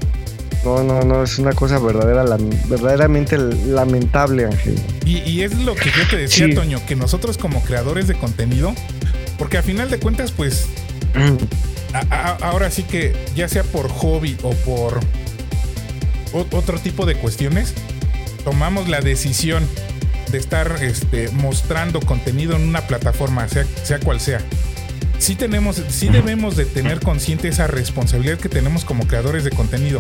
C: No, es una cosa verdaderamente lamentable, Ángel.
B: Y es lo que yo te decía, sí. Toño, que nosotros como creadores de contenido, porque a final de cuentas, pues, ahora sí que ya sea por hobby o por otro tipo de cuestiones, tomamos la decisión de estar mostrando contenido en una plataforma, sea cual sea. Sí debemos de tener consciente esa responsabilidad que tenemos como creadores de contenido.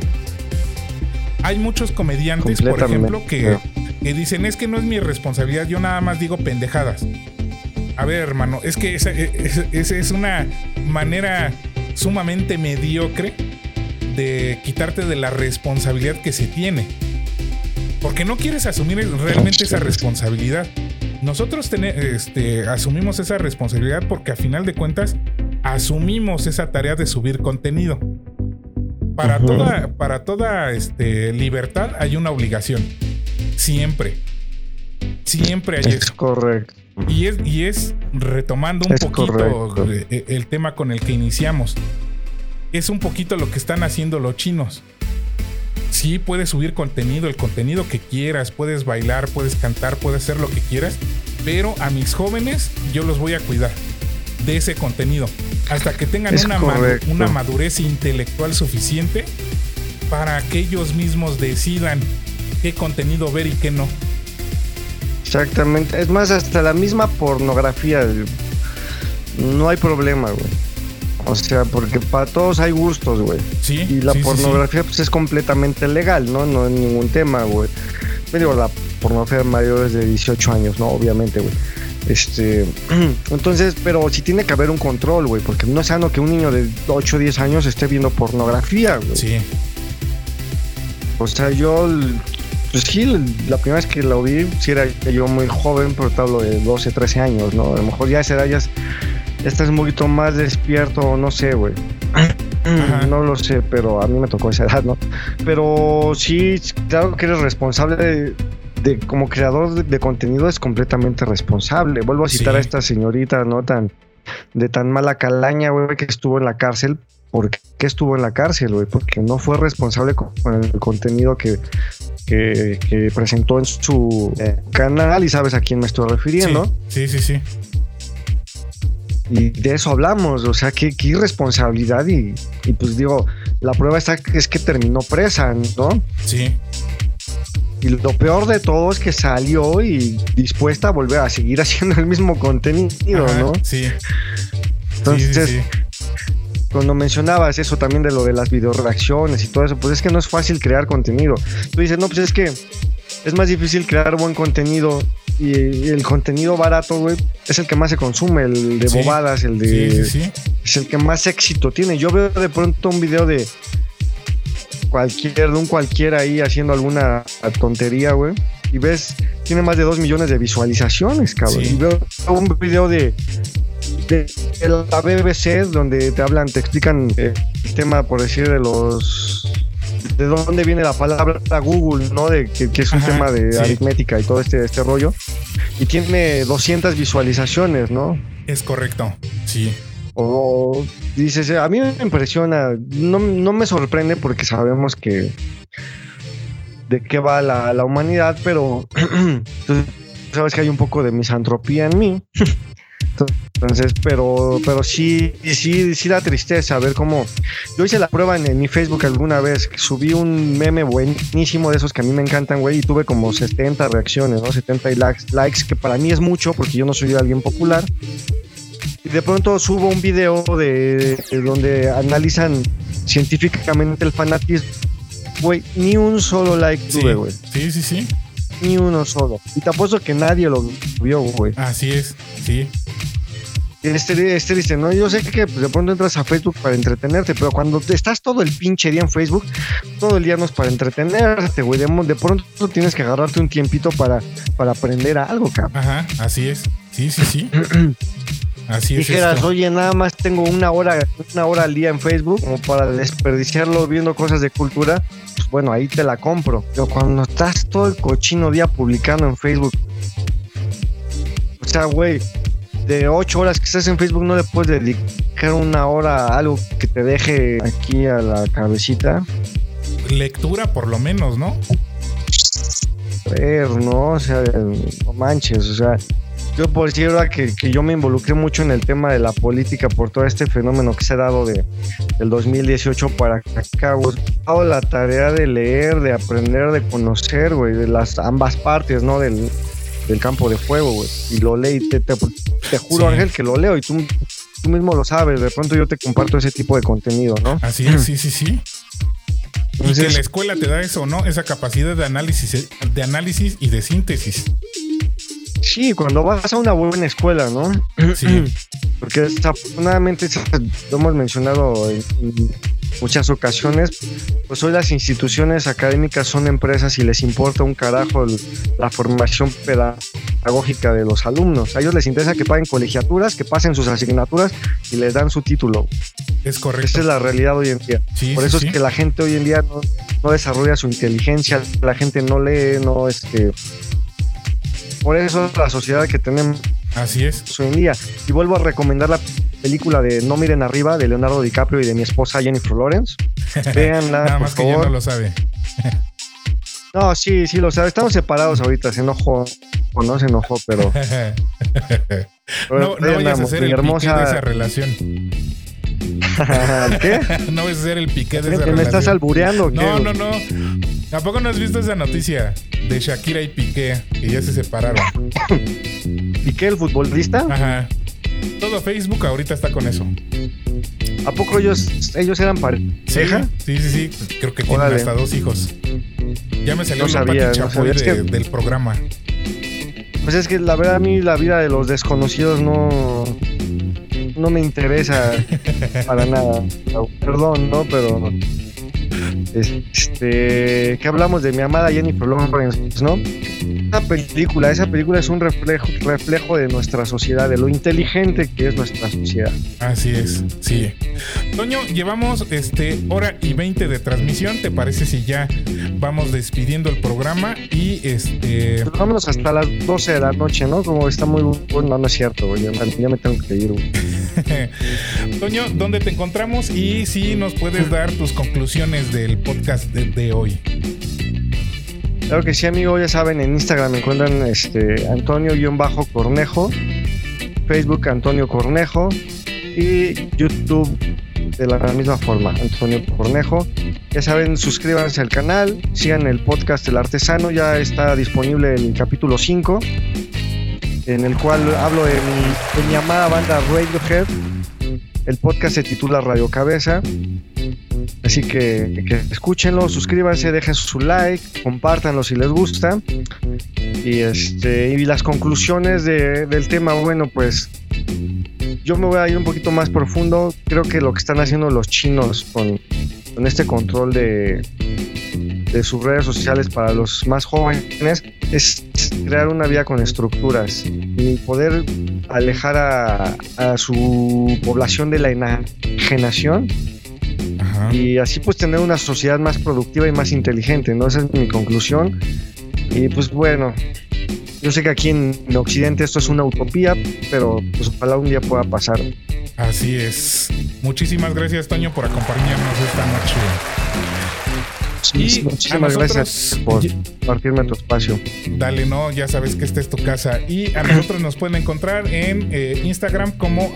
B: Hay muchos comediantes, por ejemplo, que dicen, es que no es mi responsabilidad, yo nada más digo pendejadas. A ver, hermano, es que esa es una manera sumamente mediocre de quitarte de la responsabilidad que se tiene, porque no quieres asumir realmente esa responsabilidad. Nosotros asumimos esa responsabilidad porque a final de cuentas asumimos esa tarea de subir contenido. Para toda libertad hay una obligación. Siempre hay eso.
C: Es correcto.
B: Y es retomando un poquito el tema con el que iniciamos. Es un poquito lo que están haciendo los chinos. Sí, puedes subir contenido, el contenido que quieras, puedes bailar, puedes cantar, puedes hacer lo que quieras, pero a mis jóvenes yo los voy a cuidar de ese contenido hasta que tengan una madurez intelectual suficiente para que ellos mismos decidan qué contenido ver y qué no.
C: Exactamente. Es más, hasta la misma pornografía no hay problema, güey. O sea, porque para todos hay gustos, güey.
B: Sí.
C: Y la pornografía pues es completamente legal, ¿no? No hay ningún tema, güey. Me digo, la pornografía de mayores de 18 años, ¿no? Obviamente, güey. Entonces, pero sí tiene que haber un control, güey, porque no es sano que un niño de 8 o 10 años esté viendo pornografía, güey.
B: Sí.
C: O sea, pues sí, la primera vez que lo vi, sí era yo muy joven, pero te hablo de 12, 13 años, ¿no? A lo mejor ya a esa edad ya estás un poquito más despierto, no sé, güey. No lo sé, pero a mí me tocó esa edad, ¿no? Pero sí, claro que eres responsable de como creador de contenido, es completamente responsable. Vuelvo a citar a esta señorita, ¿no? Tan mala calaña, güey, que estuvo en la cárcel. ¿Por qué estuvo en la cárcel, güey? Porque no fue responsable con el contenido que presentó en su canal, y sabes a quién me estoy refiriendo.
B: Sí.
C: Y de eso hablamos, o sea, qué irresponsabilidad y pues digo, la prueba es que terminó presa, ¿no?
B: Sí.
C: Y lo peor de todo es que salió y dispuesta a volver a seguir haciendo el mismo contenido, ¿no?
B: Sí.
C: Entonces,
B: sí.
C: Cuando mencionabas eso también de lo de las videoreacciones y todo eso, pues es que no es fácil crear contenido. Tú dices, no, pues es que es más difícil crear buen contenido. Y el contenido barato, güey, es el que más se consume, el de bobadas, el de...
B: Sí.
C: Es el que más éxito tiene. Yo veo de pronto un video de un cualquiera ahí haciendo alguna tontería, güey, y ves, tiene más de 2 millones de visualizaciones, cabrón.
B: Sí.
C: Y veo un video de la BBC donde te explican el tema, por decir, de dónde viene la palabra Google, ¿no? De que es un tema de aritmética y todo este rollo. Y tiene 200 visualizaciones, ¿no?
B: Es correcto, sí.
C: O dices, a mí me impresiona, no me sorprende porque sabemos que de qué va la humanidad, pero tú sabes que hay un poco de misantropía en mí. Entonces, pero sí da tristeza ver cómo... Yo hice la prueba en mi Facebook alguna vez, subí un meme buenísimo de esos que a mí me encantan, güey, y tuve como 70 reacciones, ¿no? 70 likes, que para mí es mucho porque yo no soy alguien popular. Y de pronto subo un video de donde analizan científicamente el fanatismo. Güey, ni un solo like tuve, güey.
B: Sí.
C: Ni uno solo. Y te apuesto que nadie lo vio, güey.
B: Así es, sí.
C: Este dice, no, yo sé que pues, de pronto entras a Facebook para entretenerte, pero cuando estás todo el pinche día en Facebook, todo el día no es para entretenerte, güey. De pronto tienes que agarrarte un tiempito para aprender algo, cabrón.
B: Ajá, así es. Sí. Así es.
C: Dijeras, oye, nada más tengo una hora al día en Facebook como para desperdiciarlo viendo cosas de cultura, pues bueno, ahí te la compro. Pero cuando estás todo el cochino día publicando en Facebook, o sea, güey, de 8 horas que estás en Facebook no le puedes dedicar una hora a algo que te deje aquí a la cabecita.
B: Lectura por lo menos, ¿no?
C: ¿No? O sea, no manches, o sea... Yo por decir ahora que yo me involucré mucho en el tema de la política por todo este fenómeno que se ha dado del 2018 para acá, güey. He dado la tarea de leer, de aprender, de conocer, güey, de las ambas partes, ¿no? Del campo de fuego, güey. Y lo leí, te juro, Ángel, que lo leo y tú mismo lo sabes. De pronto yo te comparto ese tipo de contenido, ¿no?
B: Así es, sí. Entonces, y que la escuela te da eso, ¿no? Esa capacidad de análisis y de síntesis.
C: Sí, cuando vas a una buena escuela, ¿no?
B: Sí.
C: Porque desafortunadamente, lo hemos mencionado en muchas ocasiones, pues hoy las instituciones académicas son empresas y les importa un carajo la formación pedagógica de los alumnos. A ellos les interesa que paguen colegiaturas, que pasen sus asignaturas y les dan su título.
B: Es correcto.
C: Esa es la realidad hoy en día.
B: Sí,
C: Por eso es que la gente hoy en día no desarrolla su inteligencia, la gente no lee, Por eso la sociedad que tenemos.
B: Así es.
C: Hoy en día. Y vuelvo a recomendar la película de No miren arriba, de Leonardo DiCaprio y de mi esposa Jennifer Lawrence. Véanla,
B: nada más
C: por
B: que
C: favor.
B: ya no lo sabe.
C: No, sí lo sabe. Estamos separados ahorita. Se enojó. O no se enojó, pero...
B: no vayas a hacer el piqué de esa relación.
C: ¿Qué?
B: No vas a hacer el piqué de esa
C: ¿Me
B: relación.
C: estás albureando?
B: No. ¿Tampoco no has visto esa noticia de Shakira y Piqué, que ya se separaron?
C: ¿Piqué, el futbolista?
B: Ajá. Todo Facebook ahorita está con eso.
C: ¿A poco ellos eran pareja?
B: Sí. Creo que tienen hasta 2 hijos. Ya me salió la Pati Chapoy del programa.
C: Pues es que la verdad a mí la vida de los desconocidos no me interesa para nada. Perdón, ¿no? Pero que hablamos de mi amada Jennifer Lawrence, ¿no? Esa película es un reflejo de nuestra sociedad, de lo inteligente que es nuestra sociedad.
B: Así es, sí. Toño, llevamos 1:20 de transmisión. ¿Te parece si ya vamos despidiendo el programa? Y
C: Pues vámonos hasta las 12 de la noche, ¿no? Como está muy bueno, no es cierto, güey. Ya me tengo que ir, güey.
B: Toño, ¿dónde te encontramos? Y si nos puedes dar tus conclusiones del podcast de hoy.
C: Claro que sí, amigo, ya saben, en Instagram me encuentran Antonio-Cornejo. Facebook Antonio Cornejo y YouTube de la misma forma, Antonio Cornejo. Ya saben, suscríbanse al canal, sigan el podcast El Artesano, ya está disponible el capítulo 5, en el cual hablo de mi amada banda Radiohead. El podcast se titula Radio Cabeza, así que escúchenlo, suscríbanse, dejen su like, compártanlo si les gusta. Y las conclusiones del tema, bueno, pues yo me voy a ir un poquito más profundo. Creo que lo que están haciendo los chinos con este control de sus redes sociales para los más jóvenes es crear una vía con estructuras y poder alejar a su población de la enajenación. Ajá. Y así pues tener una sociedad más productiva y más inteligente, ¿no? Esa es mi conclusión. Y pues bueno, yo sé que aquí en Occidente esto es una utopía, pero pues ojalá un día pueda pasar.
B: Así es. Muchísimas gracias, Toño, por acompañarnos esta noche.
C: Sí, muchísimas gracias por compartirme tu espacio.
B: Dale, no, ya sabes que esta es tu casa. Y a nosotros nos pueden encontrar en Instagram como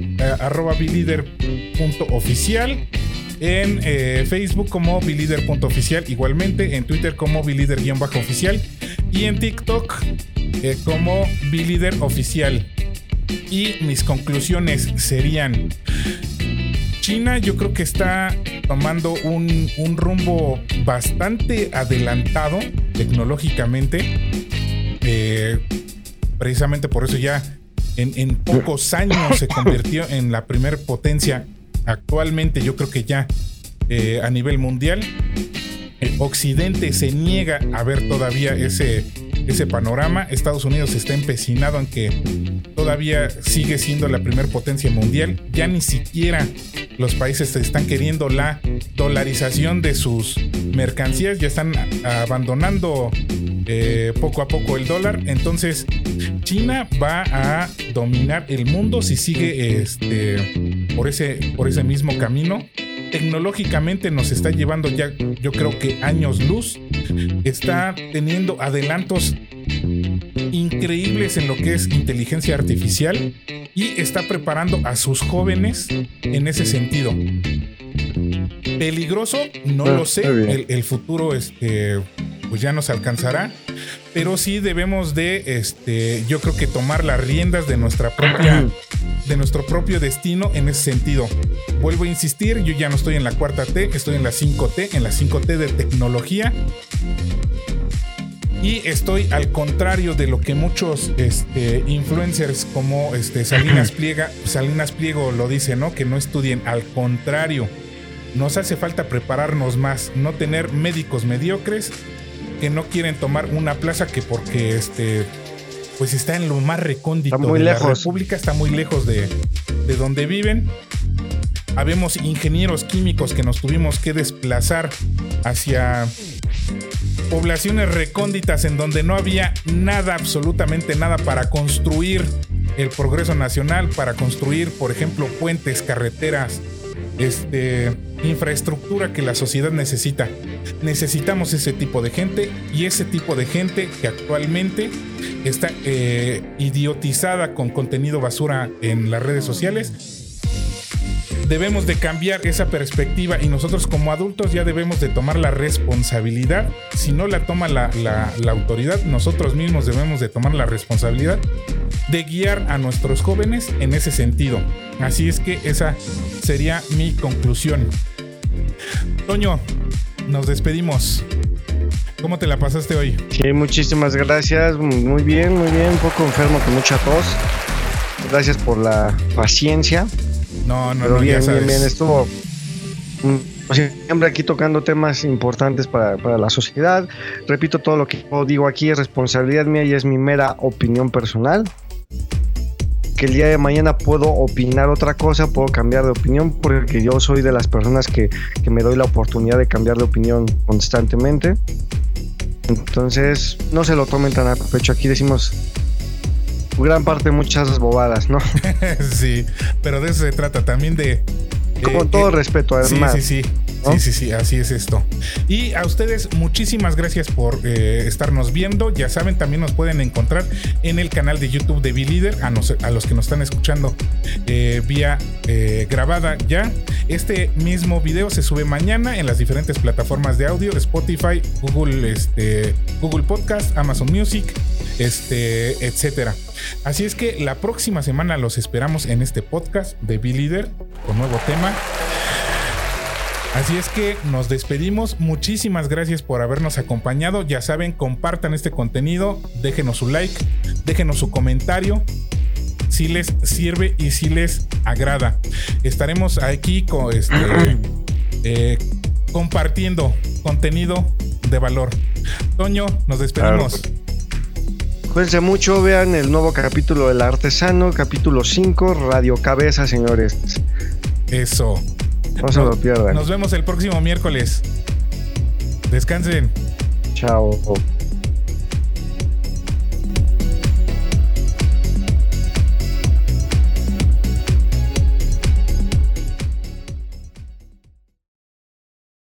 B: @bilider.oficial, en Facebook como bilider.oficial, igualmente en Twitter como bilider_oficial y en TikTok como bilideroficial. Y mis conclusiones serían: China yo creo que está tomando un rumbo bastante adelantado tecnológicamente, precisamente por eso ya en pocos años se convirtió en la primer potencia. Actualmente yo creo que ya a nivel mundial Occidente se niega a ver todavía ese panorama. Estados Unidos está empecinado en que todavía sigue siendo la primer potencia mundial. Ya ni siquiera los países están queriendo la dolarización de sus mercancías, ya están abandonando poco a poco el dólar. Entonces China va a dominar el mundo si sigue por ese mismo camino. Tecnológicamente nos está llevando ya, yo creo que años luz. Está teniendo adelantos increíbles en lo que es inteligencia artificial y está preparando a sus jóvenes en ese sentido. Peligroso, no lo sé. El futuro pues ya nos alcanzará, pero sí debemos de yo creo que tomar las riendas de nuestro propio destino en ese sentido. Vuelvo a insistir, yo ya no estoy en la 4T, estoy en la 5T, en la 5T de tecnología. Y estoy al contrario de lo que muchos influencers como Salinas Pliego lo dice, ¿no? Que no estudien. Al contrario, nos hace falta prepararnos más, no tener médicos mediocres que no quieren tomar una plaza que porque pues está en lo más recóndito de la República, está muy lejos de donde viven. Habemos ingenieros químicos que nos tuvimos que desplazar hacia poblaciones recónditas en donde no había nada, absolutamente nada para construir el progreso nacional, para construir, por ejemplo, puentes, carreteras, infraestructura que la sociedad necesita. Necesitamos ese tipo de gente, y ese tipo de gente que actualmente está idiotizada con contenido basura en las redes sociales. Debemos de cambiar esa perspectiva y nosotros como adultos ya debemos de tomar la responsabilidad. Si no la toma la autoridad, nosotros mismos debemos de tomar la responsabilidad de guiar a nuestros jóvenes en ese sentido. Así es que esa sería mi conclusión. Toño, nos despedimos. ¿Cómo te la pasaste hoy?
C: Sí, muchísimas gracias. Muy bien, un poco enfermo con mucha tos. Gracias por la paciencia.
B: No,
C: pero bien,
B: ya sabes.
C: Bien, estuvo siempre aquí tocando temas importantes para la sociedad. Repito, todo lo que yo digo aquí es responsabilidad mía y es mi mera opinión personal. Que el día de mañana puedo opinar otra cosa, puedo cambiar de opinión, porque yo soy de las personas que me doy la oportunidad de cambiar de opinión constantemente. Entonces, no se lo tomen tan a pecho. Aquí decimos gran parte muchas bobadas, ¿no?
B: Sí, pero de eso se trata también de
C: con todo respeto, además.
B: Sí.
C: ¿no?
B: Sí, así es esto. Y a ustedes, muchísimas gracias por estarnos viendo. Ya saben, también nos pueden encontrar en el canal de YouTube de Be-Líder. A los que nos están escuchando vía grabada ya. Este mismo video se sube mañana en las diferentes plataformas de audio: Spotify, Google Podcast, Amazon Music, etcétera. Así es que la próxima semana los esperamos en este podcast de Be-Líder con nuevo tema. Así es que nos despedimos. Muchísimas gracias por habernos acompañado. Ya saben, compartan este contenido, déjenos su like, déjenos su comentario si les sirve y si les agrada. Estaremos aquí compartiendo contenido de valor. Toño, nos despedimos.
C: Claro. Cuídense mucho, vean el nuevo capítulo del Artesano, capítulo 5, Radio Cabeza, señores.
B: Eso.
C: No se lo pierdan.
B: Nos vemos el próximo miércoles. Descansen.
C: Chao.